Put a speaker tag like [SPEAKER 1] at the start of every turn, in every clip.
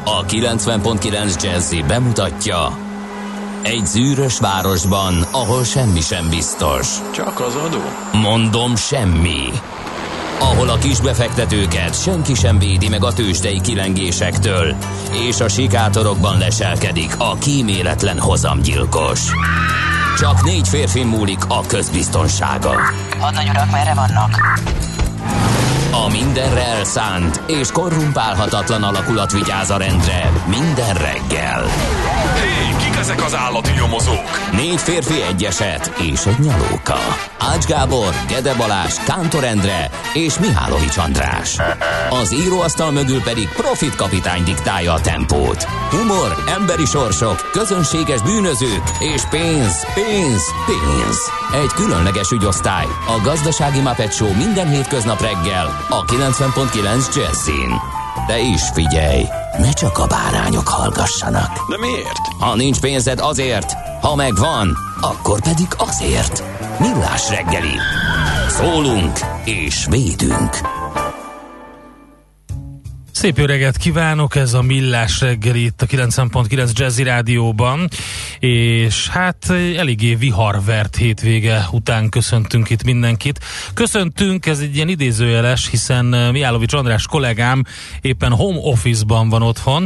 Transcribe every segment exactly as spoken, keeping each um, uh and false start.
[SPEAKER 1] A kilencven pont kilenc Jazzy bemutatja: egy zűrös városban, ahol semmi sem biztos.
[SPEAKER 2] Csak az adó?
[SPEAKER 1] Mondom, semmi. Ahol a kisbefektetőket senki sem védi meg a tőzsdei kilengésektől, és a sikátorokban leselkedik a kíméletlen hozamgyilkos. Csak négy férfi múlik a közbiztonsága.
[SPEAKER 3] Hadnagy urak, merre vannak?
[SPEAKER 1] A mindenre elszánt és korrumpálhatatlan alakulat vigyáz a rendre minden reggel.
[SPEAKER 2] Hé, kik ezek az állati nyomozók?
[SPEAKER 1] Négy férfi, egy eset és egy nyalóka. Ács Gábor, Gede Balázs, Kántor Endre és Mihálovics András. Az íróasztal mögül pedig Profit kapitány diktálja a tempót. Humor, emberi sorsok, közönséges bűnözők és pénz, pénz, pénz. Egy különleges ügyosztály, a Gazdasági Muppet Show minden hétköznap reggel a kilencven pont kilenc Jazzyn. De is figyelj, ne csak a bárányok hallgassanak.
[SPEAKER 2] De miért?
[SPEAKER 1] Ha nincs pénzed, azért, ha megvan, akkor pedig azért. Millás reggeli. Szólunk és védünk.
[SPEAKER 4] Szép jó reggelt kívánok, ez a Millás reggeli itt a kilencven pont kilenc Jazzy Rádióban, és hát eléggé viharvert hétvége után köszöntünk itt mindenkit. Köszöntünk, ez egy ilyen idézőjeles, hiszen Mihálovics András kollégám éppen home office-ban van otthon,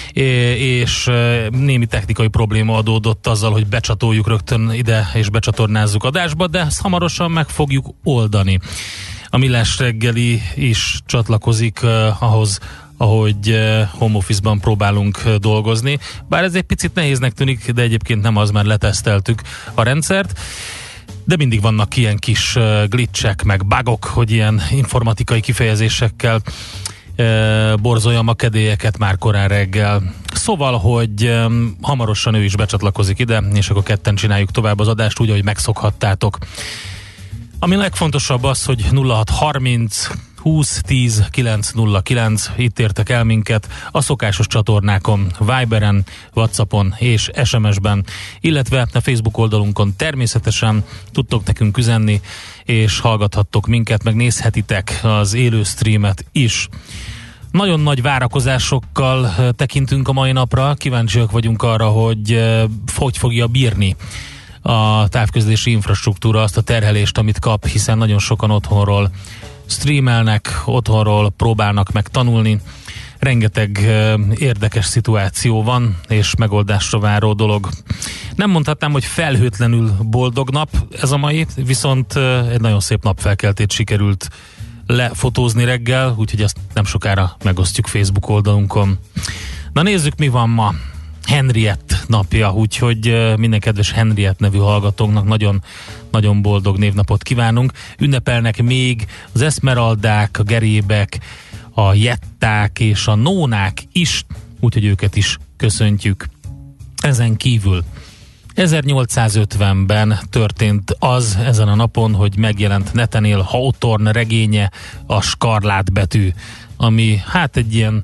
[SPEAKER 4] és némi technikai probléma adódott azzal, hogy becsatoljuk rögtön ide, és becsatornázzuk adásba, de ezt hamarosan meg fogjuk oldani. A Millás reggeli is csatlakozik uh, ahhoz, ahogy uh, home office-ban próbálunk uh, dolgozni. Bár ez egy picit nehéznek tűnik, de egyébként nem az, mert leteszteltük a rendszert. De mindig vannak ilyen kis uh, glitchek, meg bugok, hogy ilyen informatikai kifejezésekkel uh, borzoljam a kedélyeket már korán reggel. Szóval, hogy um, hamarosan ő is becsatlakozik ide, és akkor ketten csináljuk tovább az adást, úgy, ahogy megszokhattátok. Ami legfontosabb az, hogy nulla hat harminc húsz tíz kilenc nulla kilenc, itt értek el minket a szokásos csatornákon, Viberen, WhatsAppon és es em es-ben, illetve a Facebook oldalunkon természetesen tudtok nekünk üzenni, és hallgathattok minket, meg nézhetitek az élő streamet is. Nagyon nagy várakozásokkal tekintünk a mai napra, kíváncsiak vagyunk arra, hogy hogy fogja bírni a távközlési infrastruktúra azt a terhelést, amit kap, hiszen nagyon sokan otthonról streamelnek, otthonról próbálnak meg tanulni. Rengeteg uh, érdekes szituáció van, és megoldásra váró dolog. Nem mondhatnám, hogy felhőtlenül boldog nap ez a mai, viszont uh, egy nagyon szép napfelkeltét sikerült lefotózni reggel, úgyhogy ezt nem sokára megosztjuk Facebook oldalunkon. Na nézzük, mi van ma. Henriette napja, úgyhogy minden kedves Henriette nevű hallgatónknak nagyon, nagyon boldog névnapot kívánunk. Ünnepelnek még az Esmeraldák, a Gerébek, a Jetták és a Nónák is, úgyhogy őket is köszöntjük. Ezen kívül ezernyolcszázötvenben történt az ezen a napon, hogy megjelent Nathaniel Hawthorne regénye, a Skarlát betű, ami hát egy ilyen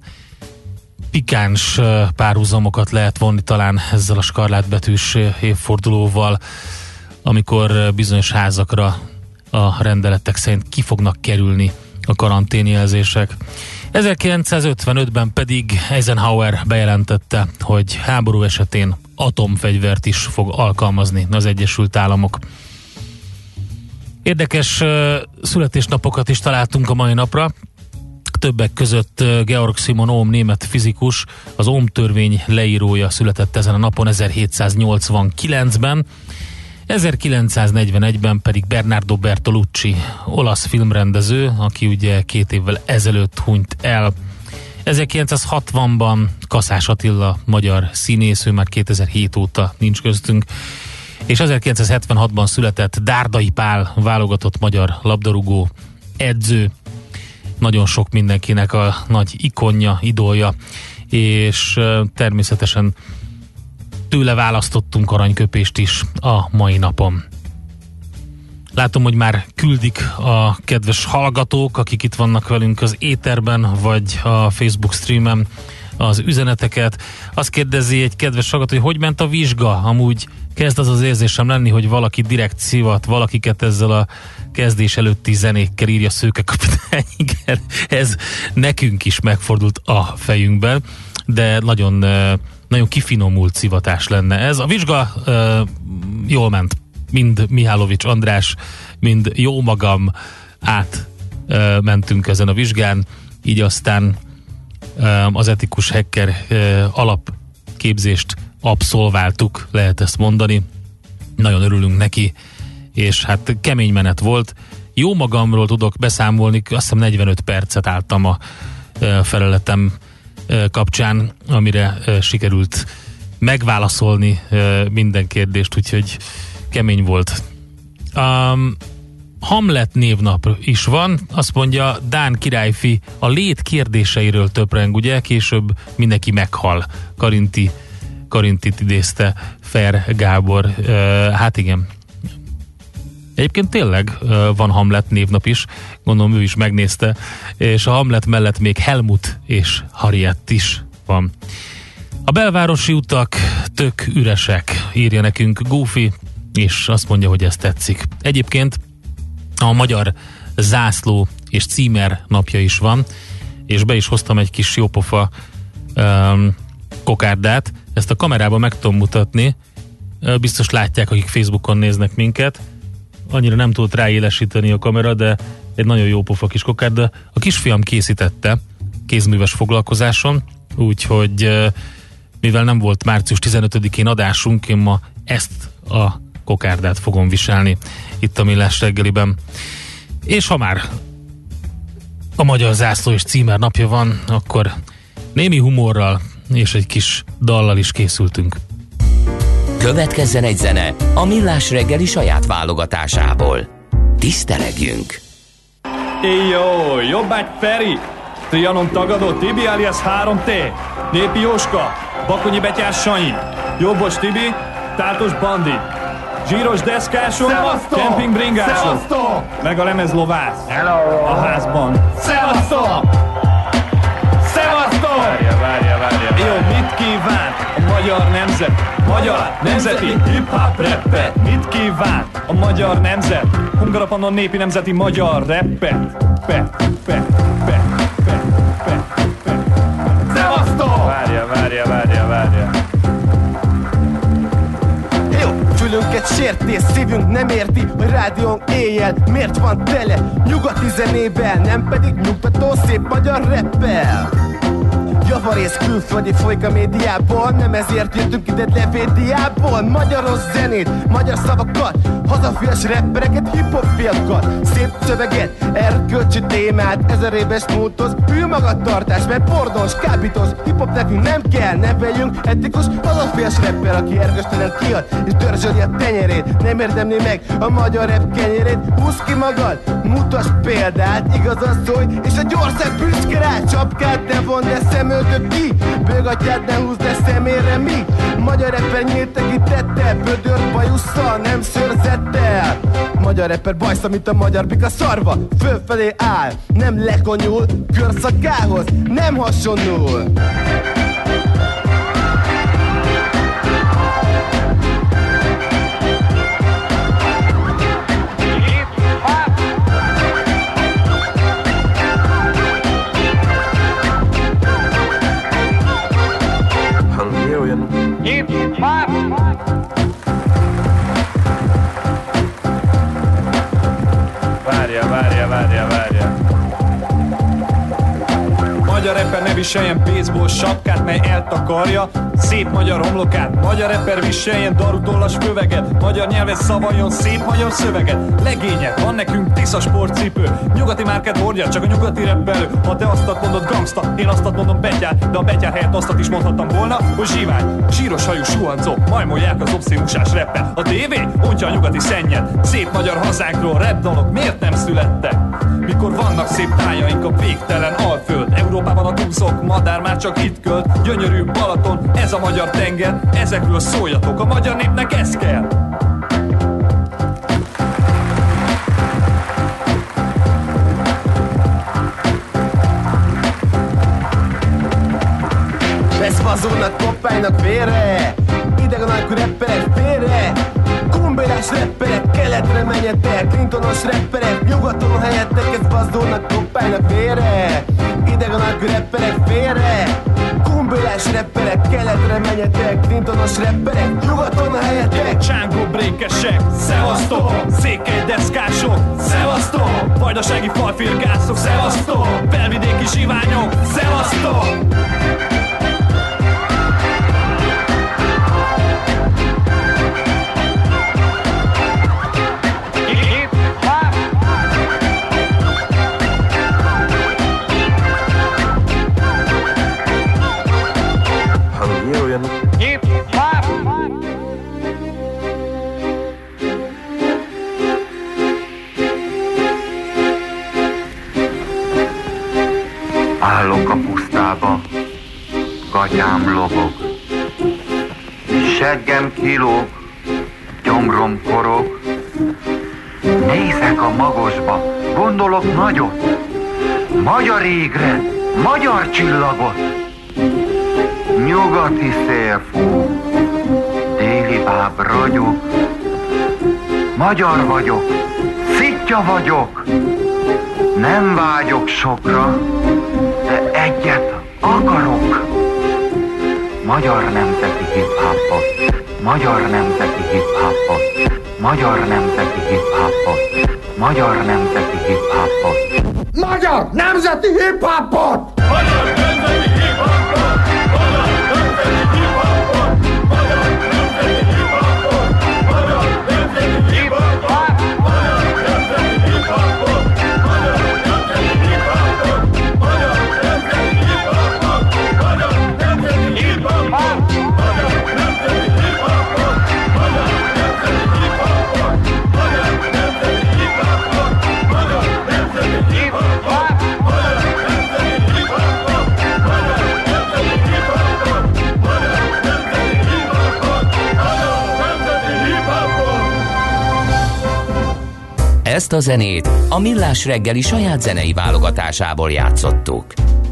[SPEAKER 4] pikáns párhuzamokat lehet vonni talán ezzel a skarlátbetűs évfordulóval, amikor bizonyos házakra a rendeletek szerint ki fognak kerülni a karanténjelzések. ezerkilencszázötvenötben pedig Eisenhower bejelentette, hogy háború esetén atomfegyvert is fog alkalmazni az Egyesült Államok. Érdekes születésnapokat is találtunk a mai napra. Többek között Georg Simon Ohm, német fizikus, az Ohm-törvény leírója született ezen a napon ezerhétszáznyolcvankilencben. ezerkilencszáznegyvenegyben pedig Bernardo Bertolucci, olasz filmrendező, aki ugye két évvel ezelőtt hunyt el. ezerkilencszázhatvanban Kaszás Attila, magyar színész, ő már kétezer-hét óta nincs köztünk, és ezerkilencszázhetvenhatban született Dárdai Pál, válogatott magyar labdarúgó, edző, nagyon sok mindenkinek a nagy ikonja, idolja, és természetesen tőle választottunk aranyköpést is a mai napon. Látom, hogy már küldik a kedves hallgatók, akik itt vannak velünk az éterben, vagy a Facebook streamen az üzeneteket. Azt kérdezi egy kedves hallgató, hogy hogy ment a vizsga? Amúgy kezd az az érzésem lenni, hogy valaki direkt szivat valakiket ezzel a kezdés előtti zenékkel, írja Szőke kapitány. Igen, ez nekünk is megfordult a fejünkben. de nagyon, nagyon kifinomult szivatás lenne ez. A vizsga jól ment. Mind Mihálovics András, mind jó magam át mentünk ezen a vizsgán, így aztán az etikus hacker alapképzést abszolváltuk, lehet ezt mondani. Nagyon örülünk neki, és hát kemény menet volt. Jó magamról tudok beszámolni, azt hiszem negyvenöt percet álltam a feleletem kapcsán, amire sikerült megválaszolni minden kérdést, úgyhogy kemény volt. Um, Hamlet névnap is van, azt mondja Dán királyfi a lét kérdéseiről töpreng, ugye, később mindenki meghal. Karinti, Karintit idézte Fer Gábor. Uh, hát igen. Egyébként tényleg uh, van Hamlet névnap is, gondolom ő is megnézte, és a Hamlet mellett még Helmut és Harriet is van. A belvárosi utak tök üresek, írja nekünk Goofy, és azt mondja, hogy ez tetszik. Egyébként a magyar zászló és címer napja is van, és be is hoztam egy kis jópofa um, kokárdát. Ezt a kamerában meg tudom mutatni. Biztos látják, akik Facebookon néznek minket. Annyira nem tudott ráélesíteni a kamera, de egy nagyon jópofa kis kokárda. A kisfiam készítette kézműves foglalkozáson, úgyhogy mivel nem volt március tizenötödikén adásunk, én ma ezt a kokárdát fogom viselni itt a Millás reggeliben. És ha már a magyar zászló és címer napja van, akkor némi humorral és egy kis dallal is készültünk.
[SPEAKER 1] Következzen egy zene a Millás reggeli saját válogatásából. Tisztelegjünk!
[SPEAKER 5] Éjjó, Jobbágy Feri, Trianon tagadó Tibi alias három té, Népi Jóska, Bakonyi Betyár Sanyi, Jobbos Tibi, Tátos Bandi, Zsíros deszkások, kemping bringások, meg a lemezlovász a házban. Szevasztok! Szevasztok! Várja, várja, várja. Jó, mit kíván a magyar nemzet? Magyar nemzeti hip-hop rappet. Mit kíván a magyar nemzet? Hungarapanon népi nemzeti magyar rappet. Pe, pe, pe, pe, pe, pe. Szevasztok! Várja, várja, várja, várja.
[SPEAKER 6] Fülünket sértés, szívünk nem érti, hogy rádiónk éjjel miért van tele nyugati zenével, nem pedig nyugtató szép magyar rappel. Javarész külföldi folyik a médiából, nem ezért jöttünk ide levédiából. Magyaros zenét, magyar szavakat, hazafias rappereket, hip-hop fiakat, szép szöveget, erkölcsi témát, ezer éves múlthoz, hű magatartás, mert bordons, kábítós, hip-hop nekünk nem kell, neveljünk etikus, hazafias rapper, aki erkölcstelen kiad, és dörzsöli a tenyerét, nem érdemli meg a magyar rap kenyerét. Húzz ki magad, mutass példát, igazad szólj, és a gyország büszke rá, csapkát ne von, de szemöldök ki, bőgatját ne húzd, de szemére mi? Magyar rapper nyíltek itt tette, bödör bajusszal, nem szőrzettel. Magyar rapper bajsza, mint a magyar bika szarva, fölfelé áll, nem lekonyul, körszakához nem hasonlul.
[SPEAKER 5] Várja, várja, várja, várja. Magyar rapper ne viseljen baseball sapkát, mely eltakarja szép magyar homlokát. Magyar rapper viseljen darutollas köveget, magyar nyelven szavaljon szép magyar szöveget. Legények, van nekünk Tisza sportcipő, nyugati márkát hordja, csak a nyugati rappelő. Ha te azt mondod gangsta, én azt mondom betyár, de a betyár helyett azt is mondhattam volna, hogy zsivány. Zsíros hajú suhancok, majmolják az obszénusás rappet. A té vé ontja a nyugati szennyet, szép magyar hazánkról rap dalok miért nem születtek? Mikor vannak szép tájaink a végtelen alföld, Európában a túszok, madár már csak itt költ. Gyönyörű Balaton, ez a magyar tenger, ezekről szóljatok, a magyar népnek ez kell.
[SPEAKER 6] Beszvazulnak, koppálynak félre, idegen alkú rapperek félre. Kumbélás rapperek, keletre menjetek, Clintonos rapperek, nyugaton helyettek, ez bazdulnak, koppálynak félre. Idegen alkú rapperek félre, Kumbélás Millás rapperek, keletre menjetek, Clintonos rapperek, nyugaton a helyetek.
[SPEAKER 5] Csángó brékesek, szevasztok, székely deszkások, szevasztok, vajdasági falfirgászok, szevasztok, felvidéki zsiványok, szevasztok.
[SPEAKER 7] Állok a pusztába, gatyám lobog, seggem kilóg, gyomrom korog, nézek a magosba, gondolok nagyot, magyar égre, magyar csillagot. Nyugati szél fúj, déli báb ragyog, magyar vagyok, szitja vagyok, nem vágyok sokra, de egyet akarok. Magyar nemzeti hip-hopot, magyar nemzeti hip-hopot, magyar nemzeti hip-hopot, magyar nemzeti hip-hopot,
[SPEAKER 6] Magyar nemzeti hip-hopot!
[SPEAKER 5] Magyar nemzeti hip-hopot! Magyar nemzeti hip-hopot! Magyar nemzeti hip-hopot! Magyar nemzeti hip-hopot! Magyar nemzeti hip-hopot! Magyar nemzeti hip-hopot! Magyar nemzeti hip-hopot! Magyar nemzeti hip-hopot! Magyar nemzeti hip-hopot! Magyar nemzeti hip-hopot! Magyar nemzeti hip-hopot! Magyar nemzeti hip-hopot!
[SPEAKER 1] Ezt a zenét a Millás reggeli saját zenei válogatásából játszottuk.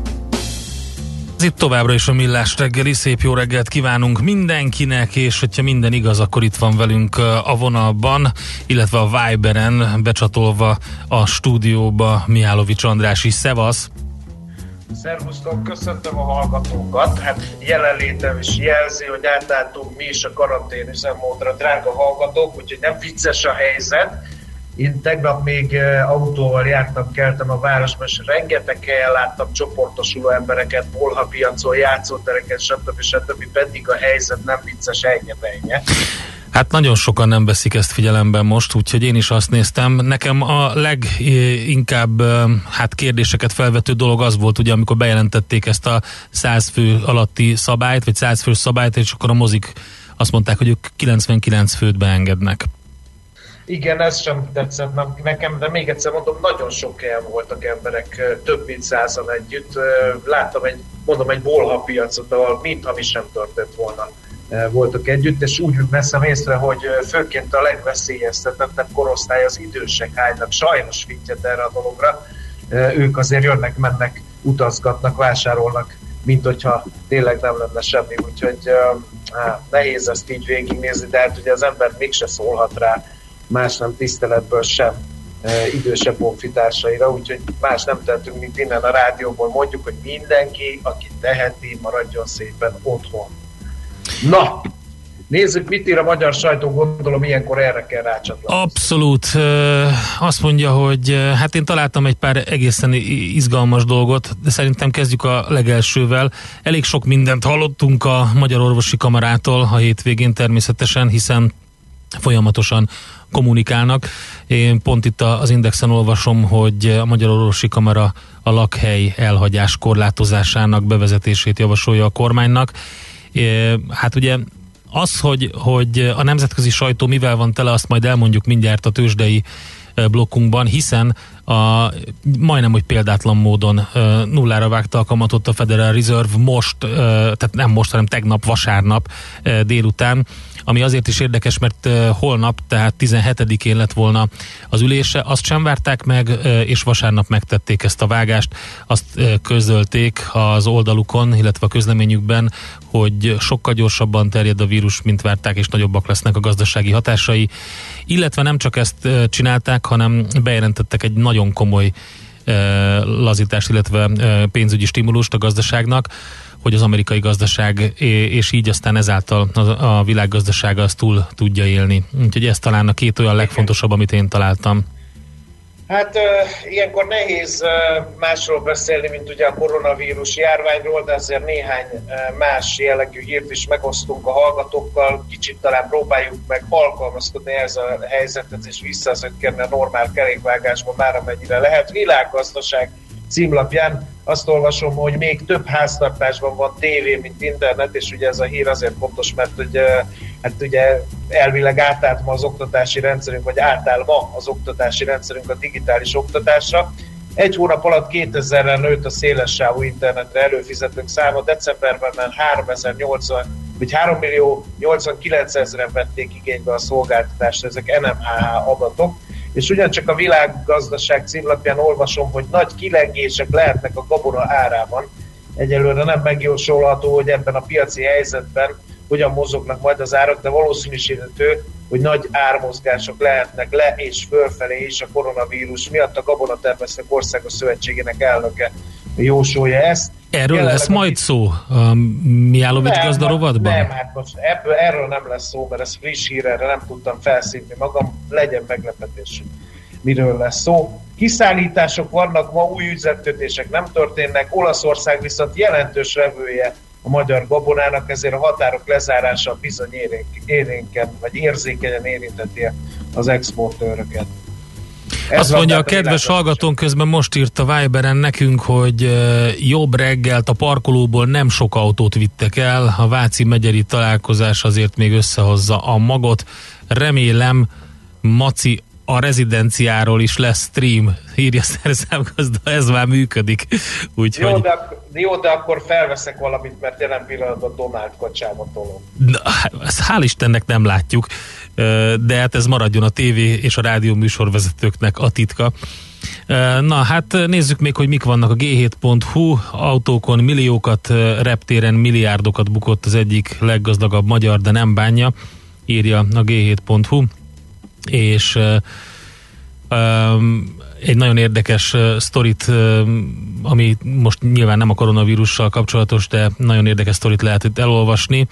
[SPEAKER 4] Ez itt továbbra is a Millás reggeli, szép jó reggelt kívánunk mindenkinek, és hogyha minden igaz, akkor itt van velünk a vonalban, illetve a Viberen becsatolva a stúdióba Mihálovics András is. Szevasz!
[SPEAKER 8] Szervusztok, köszöntöm a hallgatókat. Hát jelenlétem is jelzi, hogy átálltunk mi is a karantén üzemmódra, drága hallgatók, úgyhogy nem vicces a helyzet. Én tegnap még autóval jártam, keltem a városban, és rengeteg helyen láttam csoportosuló embereket, bolhapiacon, játszótereken, stb. stb. Pedig a helyzet nem vicces, ennyi-ennyi.
[SPEAKER 4] Hát nagyon sokan nem veszik ezt figyelemben most, úgyhogy én is azt néztem. Nekem a leginkább hát kérdéseket felvető dolog az volt, ugye, amikor bejelentették ezt a száz fő alatti szabályt, vagy száz fős szabályt, és akkor a mozik azt mondták, hogy ők kilencvenkilenc főt beengednek.
[SPEAKER 8] Igen, ez sem tetszett nekem, de még egyszer mondom, nagyon sok helyen voltak emberek, több mint százan együtt. Láttam egy, mondom, egy bolhapiacot, ahol mintha mi sem történt volna, voltak együtt, és úgy veszem észre, hogy főként a legveszélyeztetettebb korosztály, az idősek hánynak sajnos fittyet erre a dologra. Ők azért jönnek, mennek, utazgatnak, vásárolnak, mint hogyha tényleg nem lenne semmi, úgyhogy hát, nehéz ezt így végignézni, de hát ugye az ember mégse szólhat rá, más nem tiszteletből sem e, idősebb honfitársaira, úgyhogy más nem tettünk, mint innen a rádióból mondjuk, hogy mindenki, aki teheti, maradjon szépen otthon. Na, nézzük, mit ír a magyar sajtó, gondolom ilyenkor erre kell rácsatlakozni.
[SPEAKER 4] Abszolút. Azt mondja, hogy hát én találtam egy pár egészen izgalmas dolgot, de szerintem kezdjük a legelsővel. Elég sok mindent hallottunk a Magyar Orvosi Kamarától a hétvégén természetesen, hiszen folyamatosan kommunikálnak. Én pont itt az Indexen olvasom, hogy a Magyar Orvosi Kamara a lakhely elhagyás korlátozásának bevezetését javasolja a kormánynak. Hát ugye az, hogy, hogy a nemzetközi sajtó mivel van tele, azt majd elmondjuk mindjárt a tőzsdei blokkunkban, hiszen a, majdnem, hogy példátlan módon nullára vágta a kamatot a Federal Reserve most, tehát nem most, hanem tegnap vasárnap délután, ami azért is érdekes, mert holnap, tehát tizenhetedikén lett volna az ülése, azt sem várták meg, és vasárnap megtették ezt a vágást, azt közölték az oldalukon, illetve a közleményükben, hogy sokkal gyorsabban terjed a vírus, mint várták, és nagyobbak lesznek a gazdasági hatásai, illetve nem csak ezt csinálták, hanem bejelentettek egy nagyon komoly lazítást, illetve pénzügyi stimulust a gazdaságnak, hogy az amerikai gazdaság, és így aztán ezáltal a világgazdasága azt túl tudja élni. Úgyhogy ez talán a két olyan legfontosabb, amit én találtam.
[SPEAKER 8] Hát uh, ilyenkor nehéz uh, másról beszélni, mint ugye a koronavírus járványról, de azért néhány uh, más jellegű hírt is megosztunk a hallgatókkal. Kicsit talán próbáljuk meg alkalmazkodni ez a helyzethez, és visszazökkenni a normál kerékvágásba már amennyire lehet. Világgazdaság címlapján azt olvasom, hogy még több háztartásban van tévé, mint internet, és ugye ez a hír azért fontos, mert ugye, hát ugye elvileg átállt ma az oktatási rendszerünk, vagy átáll ma az oktatási rendszerünk a digitális oktatásra. Egy hónap alatt kétezerrel nőtt a szélessávú internetre előfizetők száma, decemberben már háromezer-nyolcvan, vagy három millió nyolcvankilencezren vették igénybe a szolgáltatást, ezek en em há há adatok, és ugyancsak a világgazdaság címlapján olvasom, hogy nagy kilengések lehetnek a gabona árában. Egyelőre nem megjósolható, hogy ebben a piaci helyzetben hogyan mozognak majd az árak, de valószínűsíthető, hogy nagy ármozgások lehetnek le és fölfelé is a koronavírus miatt. A Gabonatermesztők Országos Szövetségének elnöke jósolja ezt.
[SPEAKER 4] Erről jelenleg lesz majd szó a Mijálovics gazda rovatban?
[SPEAKER 8] Nem, hát most ebből, erről nem lesz szó, mert ez friss hír, erre nem tudtam felszívni magam, legyen meglepetés, miről lesz szó. Kiszállítások vannak, ma új üzletkötések nem történnek, Olaszország viszont jelentős vevője a magyar gabonának, ezért a határok lezárása bizony érénk, érénken, vagy érzékenyen érinteti az exportőröket. Ez
[SPEAKER 4] Azt mondja a kedves hallgatón, közben most írt a Viberen nekünk, hogy jobb reggelt a parkolóból nem sok autót vittek el, a Váci megyeri találkozás azért még összehozza a magot. Remélem, Maci, a rezidenciáról is lesz stream, írja szerszámgazda, ez már működik. Úgyhogy...
[SPEAKER 8] Jó, de, jó, de akkor felveszek valamit, mert jelen pillanatban Donald kocsába tolom.
[SPEAKER 4] Ezt hál' Istennek nem látjuk, de hát ez maradjon a tévé és a rádió műsorvezetőknek a titka. Na hát nézzük még, hogy mik vannak a gé hét pont hú, autókon milliókat, reptéren milliárdokat bukott az egyik leggazdagabb magyar, de nem bánja, írja a gé hét pont hú, és um, egy nagyon érdekes uh, sztorit, uh, ami most nyilván nem a koronavírussal kapcsolatos, de nagyon érdekes sztorit lehet itt elolvasni.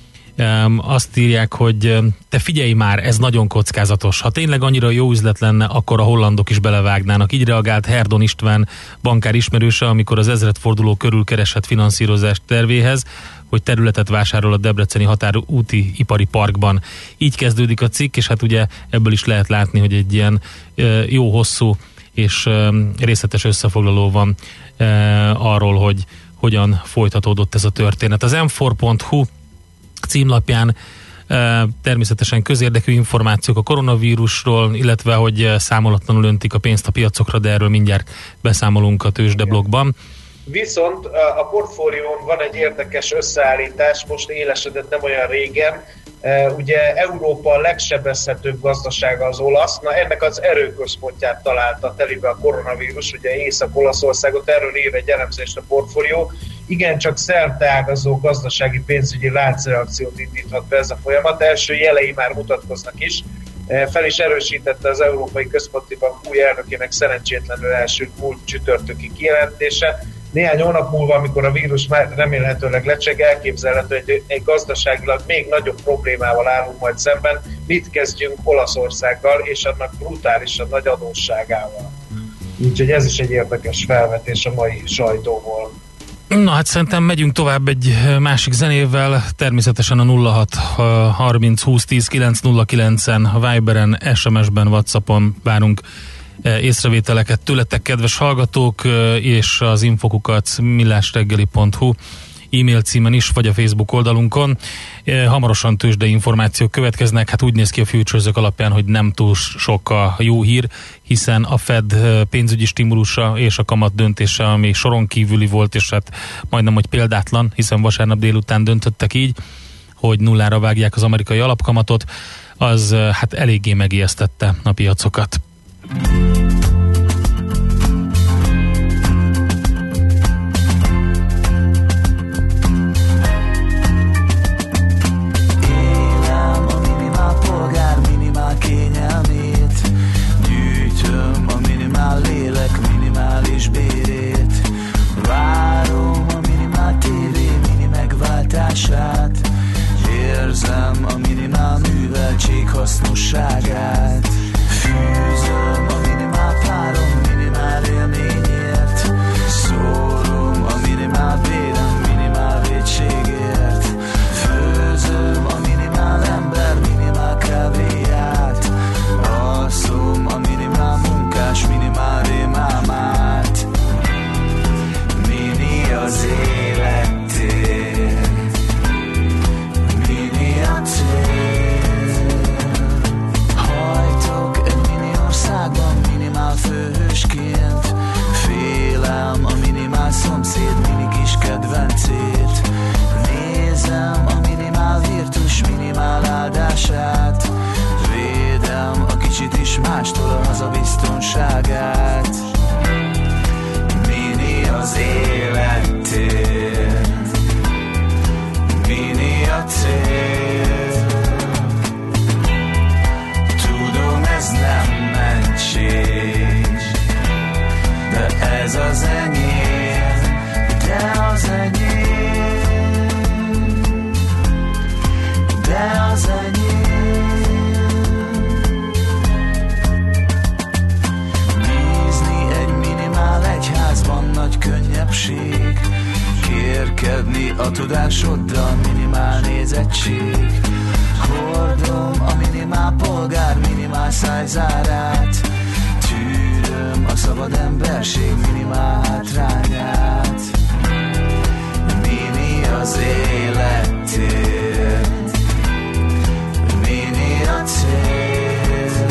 [SPEAKER 4] Um, azt írják, hogy te figyelj már, ez nagyon kockázatos. Ha tényleg annyira jó üzlet lenne, akkor a hollandok is belevágnának. Így reagált Herdon István bankár ismerőse, amikor az ezredforduló körül keresett finanszírozást tervéhez, hogy területet vásárol a debreceni határúti ipari parkban. Így kezdődik a cikk, és hát ugye ebből is lehet látni, hogy egy ilyen uh, jó hosszú és uh, részletes összefoglaló van uh, arról, hogy hogyan folytatódott ez a történet. Az em négy pont hú címlapján természetesen közérdekű információk a koronavírusról, illetve hogy számolatlanul öntik a pénzt a piacokra, de erről mindjárt beszámolunk a tőzsdeblogban.
[SPEAKER 8] Viszont a portfólión van egy érdekes összeállítás, most élesedett nem olyan régen. Ugye Európa a legsebezhetőbb gazdasága az olasz, na ennek az erőközpontját találta telibe a koronavírus, ugye Észak-Olaszországot, erről ír egy elemzést a portfólió. Igen, csak szerteágazó gazdasági pénzügyi láncreakciót indíthat be ez a folyamat. Első jelei már mutatkoznak is. Fel is erősítette az Európai Központi Bank új elnökének szerencsétlenül első múlt csütörtöki kijelentése. Néhány hónap múlva, amikor a vírus már remélhetőleg lecseg, elképzelhető, hogy egy gazdaságilag még nagyobb problémával állunk majd szemben. Mit kezdjünk Olaszországgal és annak brutálisan nagy adósságával? Úgyhogy ez is egy érdekes felvetés a mai sajtóból.
[SPEAKER 4] Na hát szerintem megyünk tovább egy másik zenével, természetesen a nulla hat harminc húsz tíz kilenc nulla kilencen, a Viberen, es em es-ben, WhatsAppon várunk észrevételeket tőletek, kedves hallgatók, és az infokukat millásreggeli pont hu e-mail címen is, vagy a Facebook oldalunkon. Hamarosan tőzsdei információk következnek, hát úgy néz ki a futures-ök alapján, hogy nem túl sok a jó hír, hiszen a Fed pénzügyi stimulusa és a kamat döntése, ami soron kívüli volt, és hát majdnem, hogy példátlan, hiszen vasárnap délután döntöttek így, hogy nullára vágják az amerikai alapkamatot, az hát eléggé megijesztette a piacokat.
[SPEAKER 9] Minimális kérkedni a tudásoddal, minimál nézettség. Hordom a minimál polgár minimál szájzárát, tűröm a szabad emberség minimál hátrányát. Mini az élettér, mini a cél.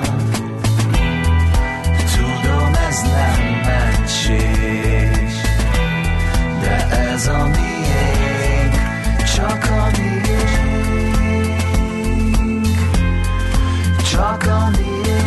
[SPEAKER 9] Tudom, ez nem mentség, de ez a miénk, csak a miénk, csak a miénk.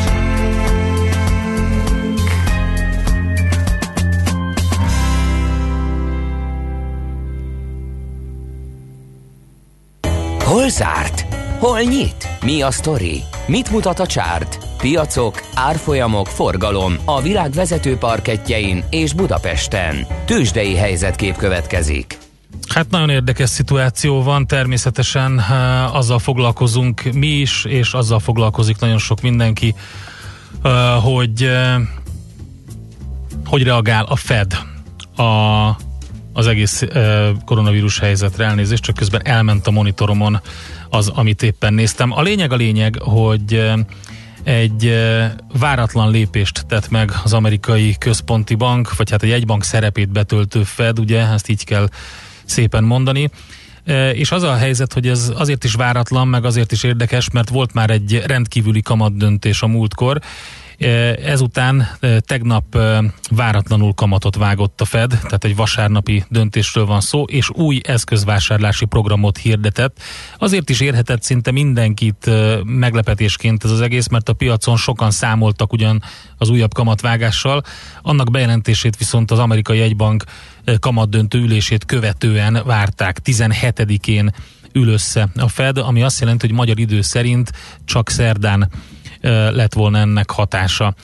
[SPEAKER 1] Hol zárt? Hol nyit? Mi a sztori? Mit mutat a csárt? Piacok, árfolyamok, forgalom a világ vezető parkettjein és Budapesten. Tőzsdei helyzetkép következik.
[SPEAKER 4] Hát nagyon érdekes szituáció van, természetesen uh, azzal foglalkozunk mi is, és azzal foglalkozik nagyon sok mindenki, uh, hogy uh, hogy reagál a Fed a, az egész uh, koronavírus helyzetre. Elnézést, csak közben elment a monitoromon az, amit éppen néztem. A lényeg a lényeg, hogy uh, egy uh, váratlan lépést tett meg az amerikai központi bank, vagy hát egy jegybank szerepét betöltő Fed, ugye, ezt így kell szépen mondani, és az a helyzet, hogy ez azért is váratlan, meg azért is érdekes, mert volt már egy rendkívüli kamatdöntés a múltkor, ezután tegnap váratlanul kamatot vágott a Fed, tehát egy vasárnapi döntésről van szó, és új eszközvásárlási programot hirdetett. Azért is érhetett szinte mindenkit meglepetésként ez az egész, mert a piacon sokan számoltak ugyan az újabb kamatvágással, annak bejelentését viszont az amerikai jegybank kamatdöntő ülését követően várták. tizenhetedikén ül össze a Fed, ami azt jelenti, hogy magyar idő szerint csak szerdán lett volna ennek hatása.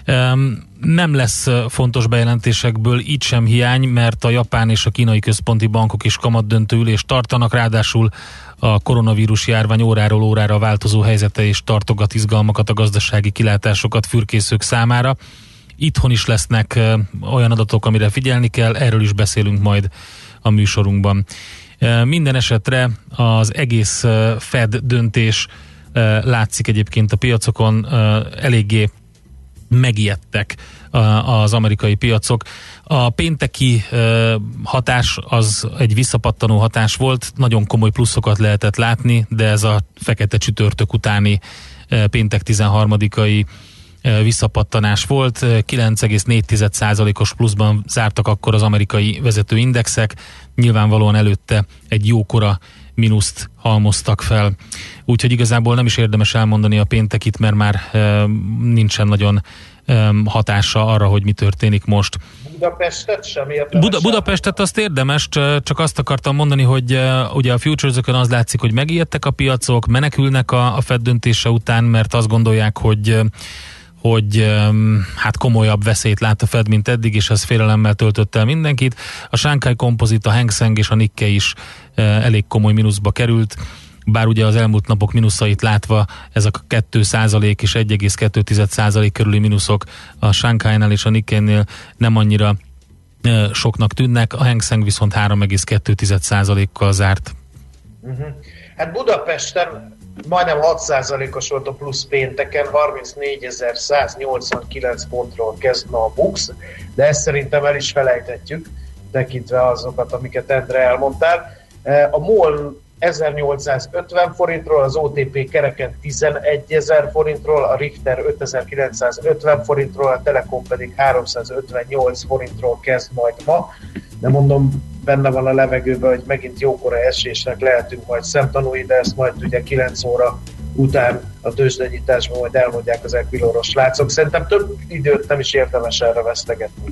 [SPEAKER 4] Nem lesz fontos bejelentésekből így sem hiány, mert a japán és a kínai központi bankok is kamatdöntő ülést tartanak, ráadásul a koronavírus járvány óráról órára változó helyzete és tartogat izgalmakat, a gazdasági kilátásokat fürkészők számára. Itthon is lesznek olyan adatok, amire figyelni kell, erről is beszélünk majd a műsorunkban. Minden esetre az egész Fed döntés látszik egyébként a piacokon, eléggé megijedtek az amerikai piacok. A pénteki hatás az egy visszapattanó hatás volt, nagyon komoly pluszokat lehetett látni, de ez a fekete csütörtök utáni péntek tizenharmadikai visszapattanás volt. kilenc egész négy százalékos pluszban zártak akkor az amerikai vezetőindexek, nyilvánvalóan előtte egy jókora mínuszt halmoztak fel. Úgyhogy igazából nem is érdemes elmondani a péntekit, mert már e, nincsen nagyon e, hatása arra, hogy mi történik most.
[SPEAKER 8] Budapestet sem érdemes.
[SPEAKER 4] Buda, Budapestet azt érdemes, csak azt akartam mondani, hogy e, ugye a futuresökön az látszik, hogy megijedtek a piacok, menekülnek a, a Fed döntése után, mert azt gondolják, hogy hogy hát komolyabb veszélyt lát a Fed, mint eddig, és ez félelemmel töltött el mindenkit. A Shanghai Composite, a Hang Seng és a Nikkei is elég komoly mínuszba került, bár ugye az elmúlt napok mínuszait látva ezek a két százalék és egy egész kettő százalék körüli mínuszok a Shanghai-nál és a Nikkei-nél nem annyira soknak tűnnek, a Hang Seng viszont három egész kettő százalékkal zárt.
[SPEAKER 8] Uh-huh. Hát Budapesten majdnem hat százalékos volt a plusz pénteken, harmincnégyezer-száznyolcvankilenc pontról kezd ma a BUX, de ezt szerintem el is felejthetjük, tekintve azokat, amiket Endre elmondtál. A MOL ezernyolcszázötven forintról, az o té pé kereken tizenegyezer forintról, a Richter ötezer-kilencszázötven forintról, a Telekom pedig háromszázötvennyolc forintról kezd majd ma, de mondom, benne van a levegőben, hogy megint jókora esésnek lehetünk majd szemtanúi, de ezt majd ugye kilenc óra után a tőzsdenyításban majd elmondják az Equiloros srácok. Szerintem több időt nem is érdemes erre vesztegetni.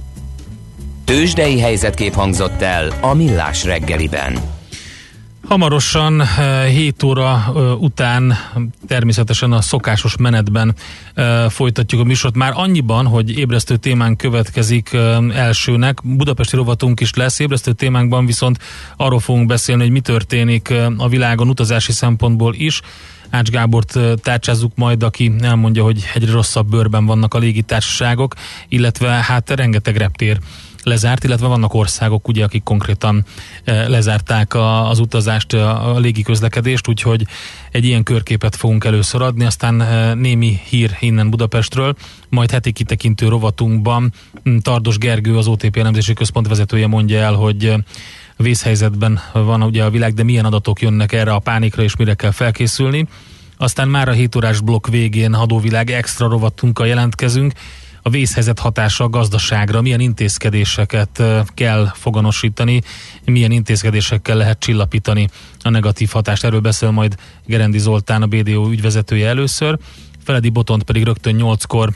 [SPEAKER 1] Tőzsdei helyzetkép hangzott el a Millás reggeliben.
[SPEAKER 4] Hamarosan hét óra után természetesen a szokásos menetben folytatjuk a műsort. Már annyiban, hogy ébresztő témánk következik elsőnek. Budapesti rovatunk is lesz. Ébresztő témánkban viszont arról fogunk beszélni, hogy mi történik a világon utazási szempontból is. Ács Gábort tárcsázzuk majd, aki elmondja, hogy egyre rosszabb bőrben vannak a légitársaságok, illetve hát rengeteg reptér lezárt, illetve vannak országok, ugye, akik konkrétan lezárták a, az utazást, a, a légiközlekedést, úgyhogy egy ilyen körképet fogunk először adni, aztán némi hír innen Budapestről, majd heti kitekintő rovatunkban Tardos Gergő, az o té pé elemzési központ vezetője mondja el, hogy vészhelyzetben van ugye a világ, de milyen adatok jönnek erre a pánikra, és mire kell felkészülni. Aztán már a hét órás blokk végén Adóvilág extra rovatunkkal jelentkezünk. A vészhelyzet hatása a gazdaságra, milyen intézkedéseket kell foganosítani, milyen intézkedésekkel lehet csillapítani a negatív hatást. Erről beszél majd Gerendi Zoltán, a bé dé o ügyvezetője először. Feledi Botont pedig rögtön nyolckor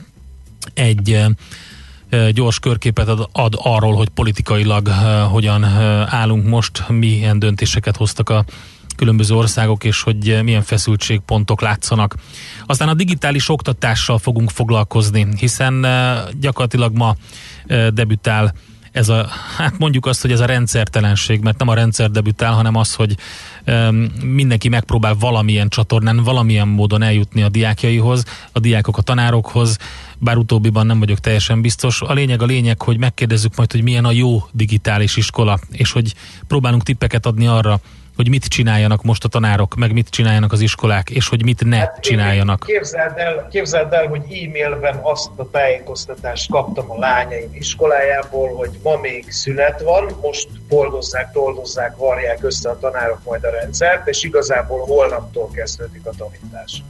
[SPEAKER 4] egy gyors körképet ad, ad arról, hogy politikailag hogyan állunk most, milyen döntéseket hoztak a különböző országok, és hogy milyen feszültségpontok látszanak. Aztán a digitális oktatással fogunk foglalkozni, hiszen gyakorlatilag ma debütál ez a, hát mondjuk azt, hogy ez a rendszertelenség, mert nem a rendszer debütál, hanem az, hogy mindenki megpróbál valamilyen csatornán, valamilyen módon eljutni a diákjaihoz, a diákok a tanárokhoz, bár utóbbiban nem vagyok teljesen biztos. A lényeg a lényeg, hogy megkérdezzük majd, hogy milyen a jó digitális iskola, és hogy próbálunk tippeket adni arra, hogy mit csináljanak most a tanárok, meg mit csináljanak az iskolák, és hogy mit ne hát csináljanak.
[SPEAKER 8] Képzeld el, képzeld el, hogy e-mailben azt a tájékoztatást kaptam a lányaim iskolájából, hogy ma még szünet van, most boldozzák, toldozzák, varják össze a tanárok majd a rendszert, és igazából holnaptól kezdődik a tanítás.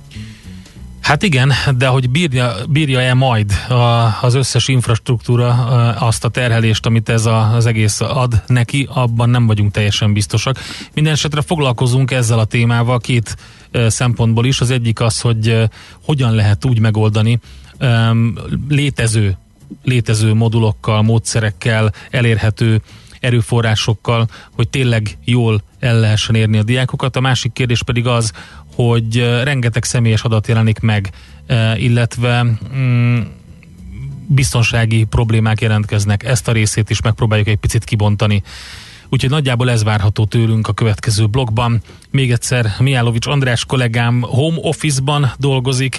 [SPEAKER 4] Hát igen, de hogy bírja, bírja-e majd a, az összes infrastruktúra azt a terhelést, amit ez a, az egész ad neki, abban nem vagyunk teljesen biztosak. Minden esetre foglalkozunk ezzel a témával két e, szempontból is. Az egyik az, hogy e, hogyan lehet úgy megoldani e, létező, létező modulokkal, módszerekkel, elérhető erőforrásokkal, hogy tényleg jól el lehessen érni a diákokat. A másik kérdés pedig az, hogy rengeteg személyes adat jelenik meg, illetve mm, biztonsági problémák jelentkeznek. Ezt a részét is megpróbáljuk egy picit kibontani. Úgyhogy nagyjából ez várható tőlünk a következő blogban. Még egyszer Mihálovics András kollégám home office-ban dolgozik,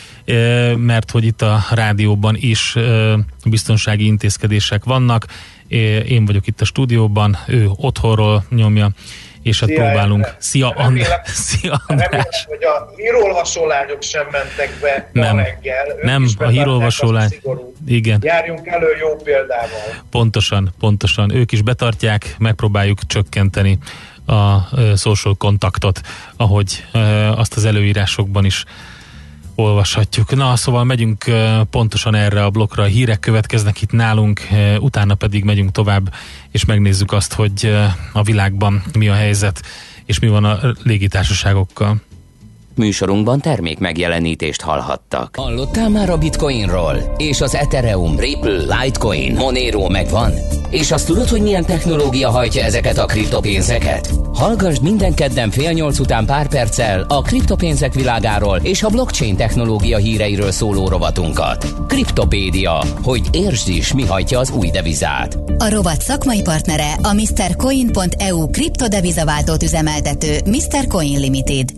[SPEAKER 4] mert hogy itt a rádióban is biztonsági intézkedések vannak. Én vagyok itt a stúdióban, ő otthonról nyomja, és hát próbálunk. Szia,
[SPEAKER 8] remélem,
[SPEAKER 4] And- Szia András! Remélem,
[SPEAKER 8] hogy a hírolvasó lányok sem mentek be
[SPEAKER 4] nem,
[SPEAKER 8] ma reggel. Ők
[SPEAKER 4] nem, a hírolvasó lány. Igen.
[SPEAKER 8] Járjunk elő jó példával.
[SPEAKER 4] Pontosan, pontosan. Ők is betartják, megpróbáljuk csökkenteni a social kontaktot, ahogy azt az előírásokban is olvashatjuk. Na, szóval megyünk pontosan erre a blokkra, a hírek következnek itt nálunk, utána pedig megyünk tovább, és megnézzük azt, hogy a világban mi a helyzet, és mi van a légitársaságokkal.
[SPEAKER 1] Műsorunkban termék megjelenítést hallhattak. Hallottál már a Bitcoinról? És az Ethereum, Ripple, Litecoin, Monero megvan? És azt tudod, hogy milyen technológia hajtja ezeket a kriptopénzeket? Hallgassd minden kedden fél nyolc után pár perccel a kriptopénzek világáról és a blockchain technológia híreiről szóló rovatunkat. Kriptopédia, hogy értsd is, mi hajtja az új devizát.
[SPEAKER 10] A rovat szakmai partnere a mister coin pont e u kriptodevizaváltót üzemeltető mister Coin Limited.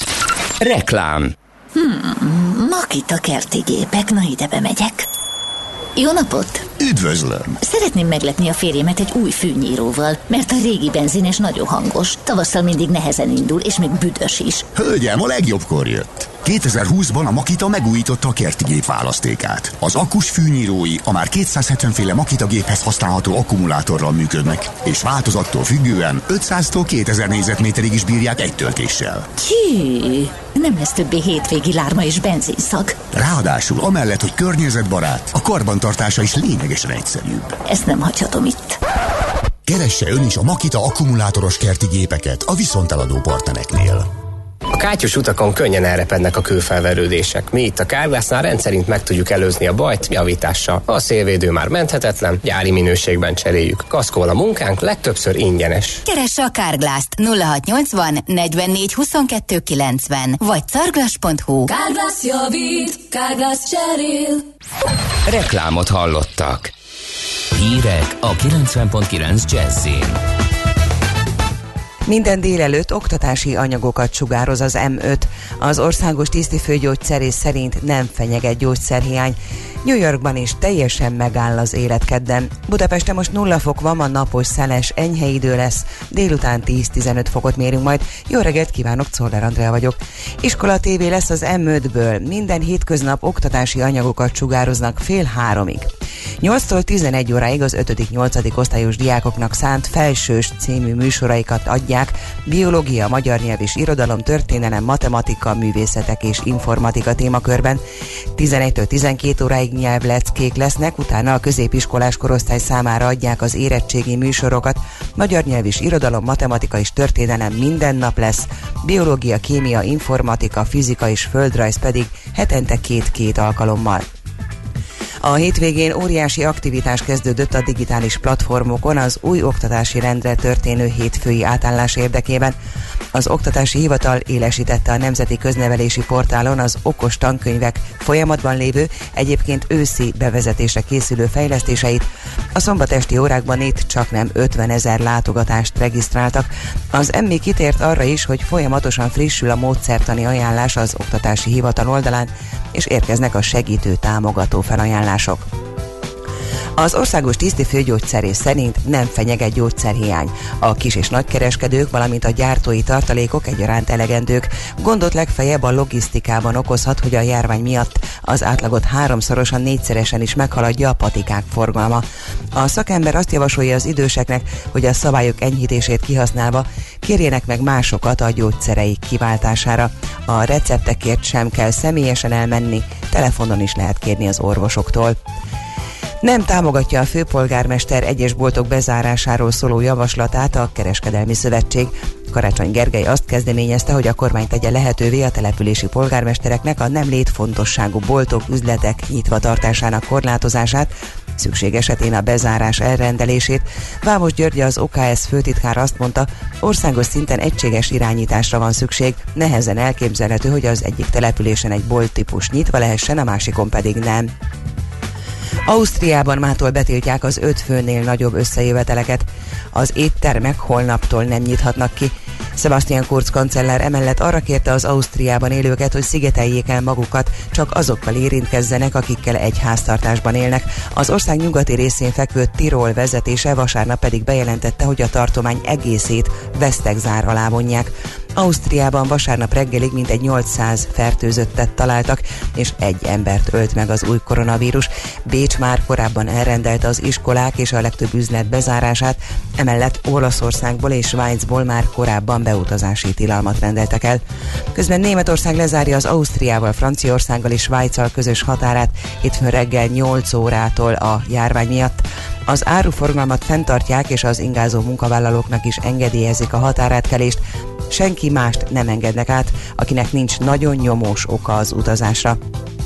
[SPEAKER 1] Reklám.
[SPEAKER 11] Hmm, Makita kerti gépek, na ide bemegyek. Jó napot!
[SPEAKER 12] Üdvözlöm!
[SPEAKER 11] Szeretném meglepni a férjemet egy új fűnyíróval, mert a régi benzines nagyon hangos, tavasszal mindig nehezen indul, és még büdös is.
[SPEAKER 12] Hölgyem, a legjobbkor jött! kétezer-húszban a Makita megújította a kerti gép választékát. Az akkus fűnyírói a már kétszázhetven féle Makita géphez használható akkumulátorral működnek, és változattól függően ötszáztól kétezer négyzetméterig is bírják egy töltéssel.
[SPEAKER 11] Tyű, nem lesz többé hétvégi lárma és benzinszag.
[SPEAKER 12] Ráadásul amellett, hogy környezetbarát, a karbantartása is lényegesen egyszerűbb.
[SPEAKER 11] Ezt nem hagyhatom itt.
[SPEAKER 12] Keresse ön is a Makita akkumulátoros kerti gépeket a viszonteladó partnereknél.
[SPEAKER 13] A kátyus utakon könnyen elrepednek a kőfelverődések. Mi itt a Carglassnál rendszerint meg tudjuk előzni a bajt javítással. A szélvédő már menthetetlen, gyári minőségben cseréljük. Kaszkol a munkánk, legtöbbször ingyenes.
[SPEAKER 10] Keresse a Carglass-t nulla hatszáznyolcvan negyvennégy huszonkettő kilencven vagy carglass pont hu.
[SPEAKER 14] Carglass javít, Carglass cserél.
[SPEAKER 1] Reklámot hallottak. Hírek a kilencven pont kilenc Jazzin.
[SPEAKER 15] Minden délelőtt oktatási anyagokat sugároz az em öt. Az országos tisztifőgyógyszerész szerint nem fenyeget gyógyszerhiány. New Yorkban is teljesen megáll az élet kedden. Budapesten most nulla fok van, a napos, szeles, enyhe idő lesz, délután tíz-tizenöt fokot mérünk majd. Jó reggelt kívánok, Czoller Andrea vagyok. Iskola tévé lesz az em ötből, minden hétköznap oktatási anyagokat sugároznak fél háromig. nyolctól tizenegy óráig az ötödik-nyolcadik osztályos diákoknak szánt Felsős című műsoraikat adják, biológia, magyar nyelv és irodalom, történelem, matematika, művészetek és informatika témakörben. tizenegytől tizenkét óráig nyelvleckék lesznek, utána a középiskolás korosztály számára adják az érettségi műsorokat, magyar nyelv és irodalom, matematika és történelem minden nap lesz, biológia, kémia, informatika, fizika és földrajz pedig hetente két-két alkalommal. A hétvégén óriási aktivitás kezdődött a digitális platformokon az új oktatási rendre történő hétfői átállás érdekében. Az Oktatási Hivatal élesítette a Nemzeti Köznevelési Portálon az okos tankönyvek folyamatban lévő, egyébként őszi bevezetésre készülő fejlesztéseit. A szombatesti órákban itt csaknem ötvenezer látogatást regisztráltak. Az em i kitért arra is, hogy folyamatosan frissül a módszertani ajánlás az Oktatási Hivatal oldalán, és érkeznek a segítő támogató felajánlások. Az országos tisztifőgyógyszerész szerint nem fenyeget gyógyszerhiány. A kis- és nagykereskedők, valamint a gyártói tartalékok egyaránt elegendők. Gondot legfeljebb a logisztikában okozhat, hogy a járvány miatt az átlagot háromszorosan, négyszeresen is meghaladja a patikák forgalma. A szakember azt javasolja az időseknek, hogy a szabályok enyhítését kihasználva kérjenek meg másokat a gyógyszereik kiváltására. A receptekért sem kell személyesen elmenni, telefonon is lehet kérni az orvosoktól. Nem támogatja a főpolgármester egyes boltok bezárásáról szóló javaslatát a Kereskedelmi Szövetség. Karácsony Gergely azt kezdeményezte, hogy a kormány tegye lehetővé a települési polgármestereknek a nem létfontosságú boltok, üzletek nyitva tartásának korlátozását, szükség esetén a bezárás elrendelését. Vámos György, az o ká es főtitkár azt mondta, országos szinten egységes irányításra van szükség, nehezen elképzelhető, hogy az egyik településen egy bolttípus nyitva lehessen, a másikon pedig nem. Ausztriában mától betiltják az öt főnél nagyobb összejöveteleket. Az éttermek holnaptól nem nyithatnak ki. Sebastian Kurz kancellár emellett arra kérte az Ausztriában élőket, hogy szigeteljék el magukat, csak azokkal érintkezzenek, akikkel egy háztartásban élnek. Az ország nyugati részén fekvő Tirol vezetése vasárnap pedig bejelentette, hogy a tartomány egészét vesztegzár alá vonják. Ausztriában vasárnap reggelig mintegy nyolcszáz fertőzöttet találtak, és egy embert ölt meg az új koronavírus. Bécs már korábban elrendelte az iskolák és a legtöbb üzlet bezárását, emellett Olaszországból és Svájcból már korábban beutazási tilalmat rendeltek el. Közben Németország lezárja az Ausztriával, Franciaországgal és Svájccal közös határát hétfőn reggel nyolc órától a járvány miatt. Az áruforgalmat fenntartják, és az ingázó munkavállalóknak is engedélyezik a határátkelést. Senki mást nem engednek át, akinek nincs nagyon nyomós oka az utazásra.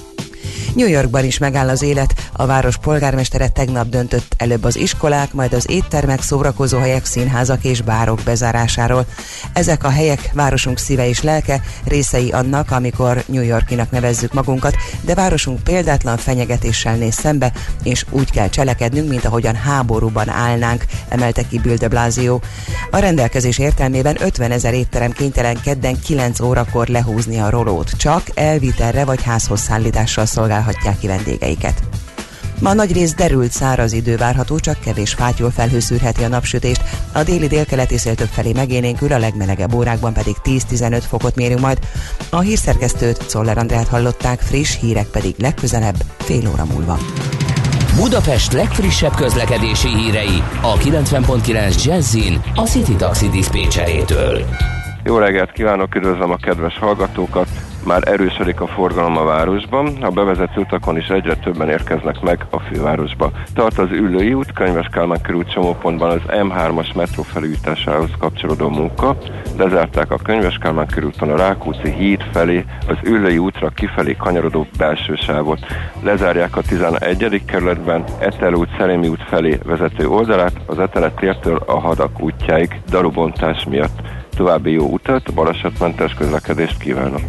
[SPEAKER 15] New Yorkban is megáll az élet, a város polgármestere tegnap döntött előbb az iskolák, majd az éttermek, szórakozóhelyek, színházak és bárok bezárásáról. Ezek a helyek városunk szíve és lelke, részei annak, amikor New Yorkinak nevezzük magunkat, de városunk példátlan fenyegetéssel néz szembe, és úgy kell cselekednünk, mint ahogyan háborúban állnánk, emelte ki Bill de Blasio. A rendelkezés értelmében ötvenezer étterem kénytelen kedden kilenc órakor lehúzni a rolót, csak elvitelre vagy házhoz szállítással szolgálhatják ki vendégeiket. Ma nagy rész derült száraz idő várható, csak kevés fátyol felhő szűrheti a napsütést. A déli délkeleti szél többfelé megélénkül, a legmelegebb órákban pedig tíz-tizenöt fokot mérünk majd. A hírszerkesztőt, Czoller Andrát hallották, friss hírek pedig legközelebb fél óra múlva.
[SPEAKER 1] Budapest legfrissebb közlekedési hírei a kilencven pont kilenc Jazzin a City Taxi diszpécserétől.
[SPEAKER 16] Jó reggelt kívánok, üdvözlöm a kedves hallgatókat! Már erősödik a forgalom a városban, a bevezető utakon is egyre többen érkeznek meg a fővárosba. Tart az Üllői út, Könyves Kálmán körút csomópontban az em hármas metró felújításához kapcsolódó munka. Lezárták a Könyves Kálmán körúton a Rákóczi híd felé, az Üllői útra kifelé kanyarodó belső sávot. Lezárják a tizenegyedik kerületben Etel út, Szerémi út felé vezető oldalát, az Etelet tértől a Hadak útjáig darubontás miatt. További jó utat, balesetmentes közlekedést kívánok!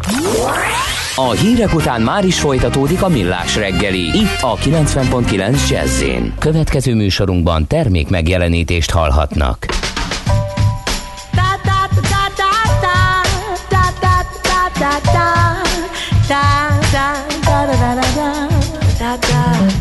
[SPEAKER 1] A hírek után már is folytatódik a Millás reggeli, itt a kilencven pont kilenc Jazz-én. Következő műsorunkban termék megjelenítést hallhatnak.
[SPEAKER 9] Da da da da da da da da da da da.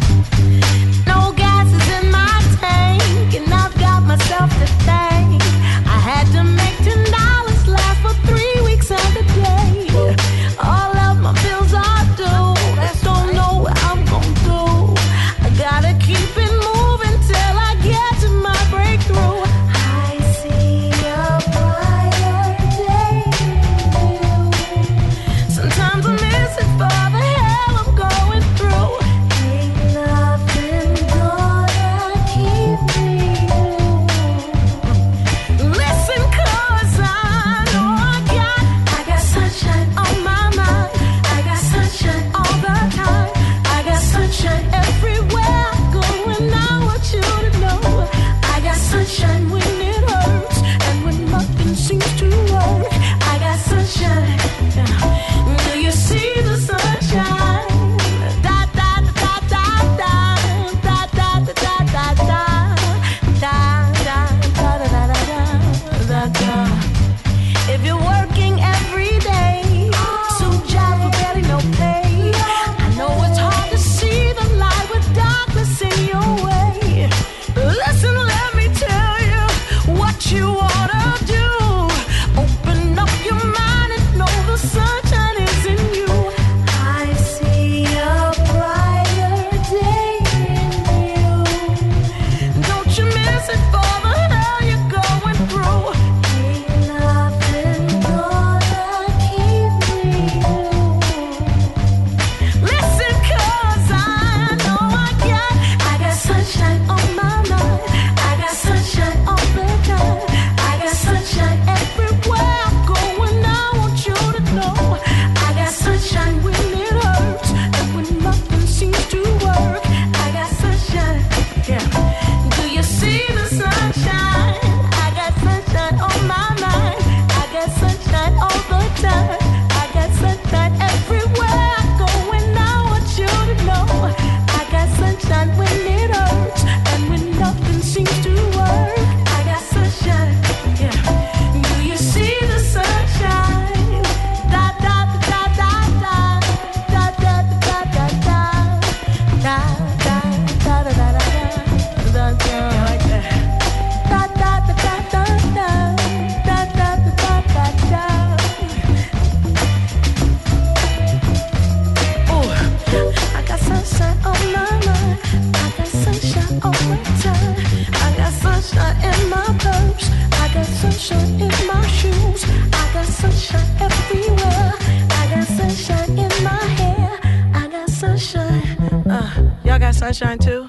[SPEAKER 17] sunshine too?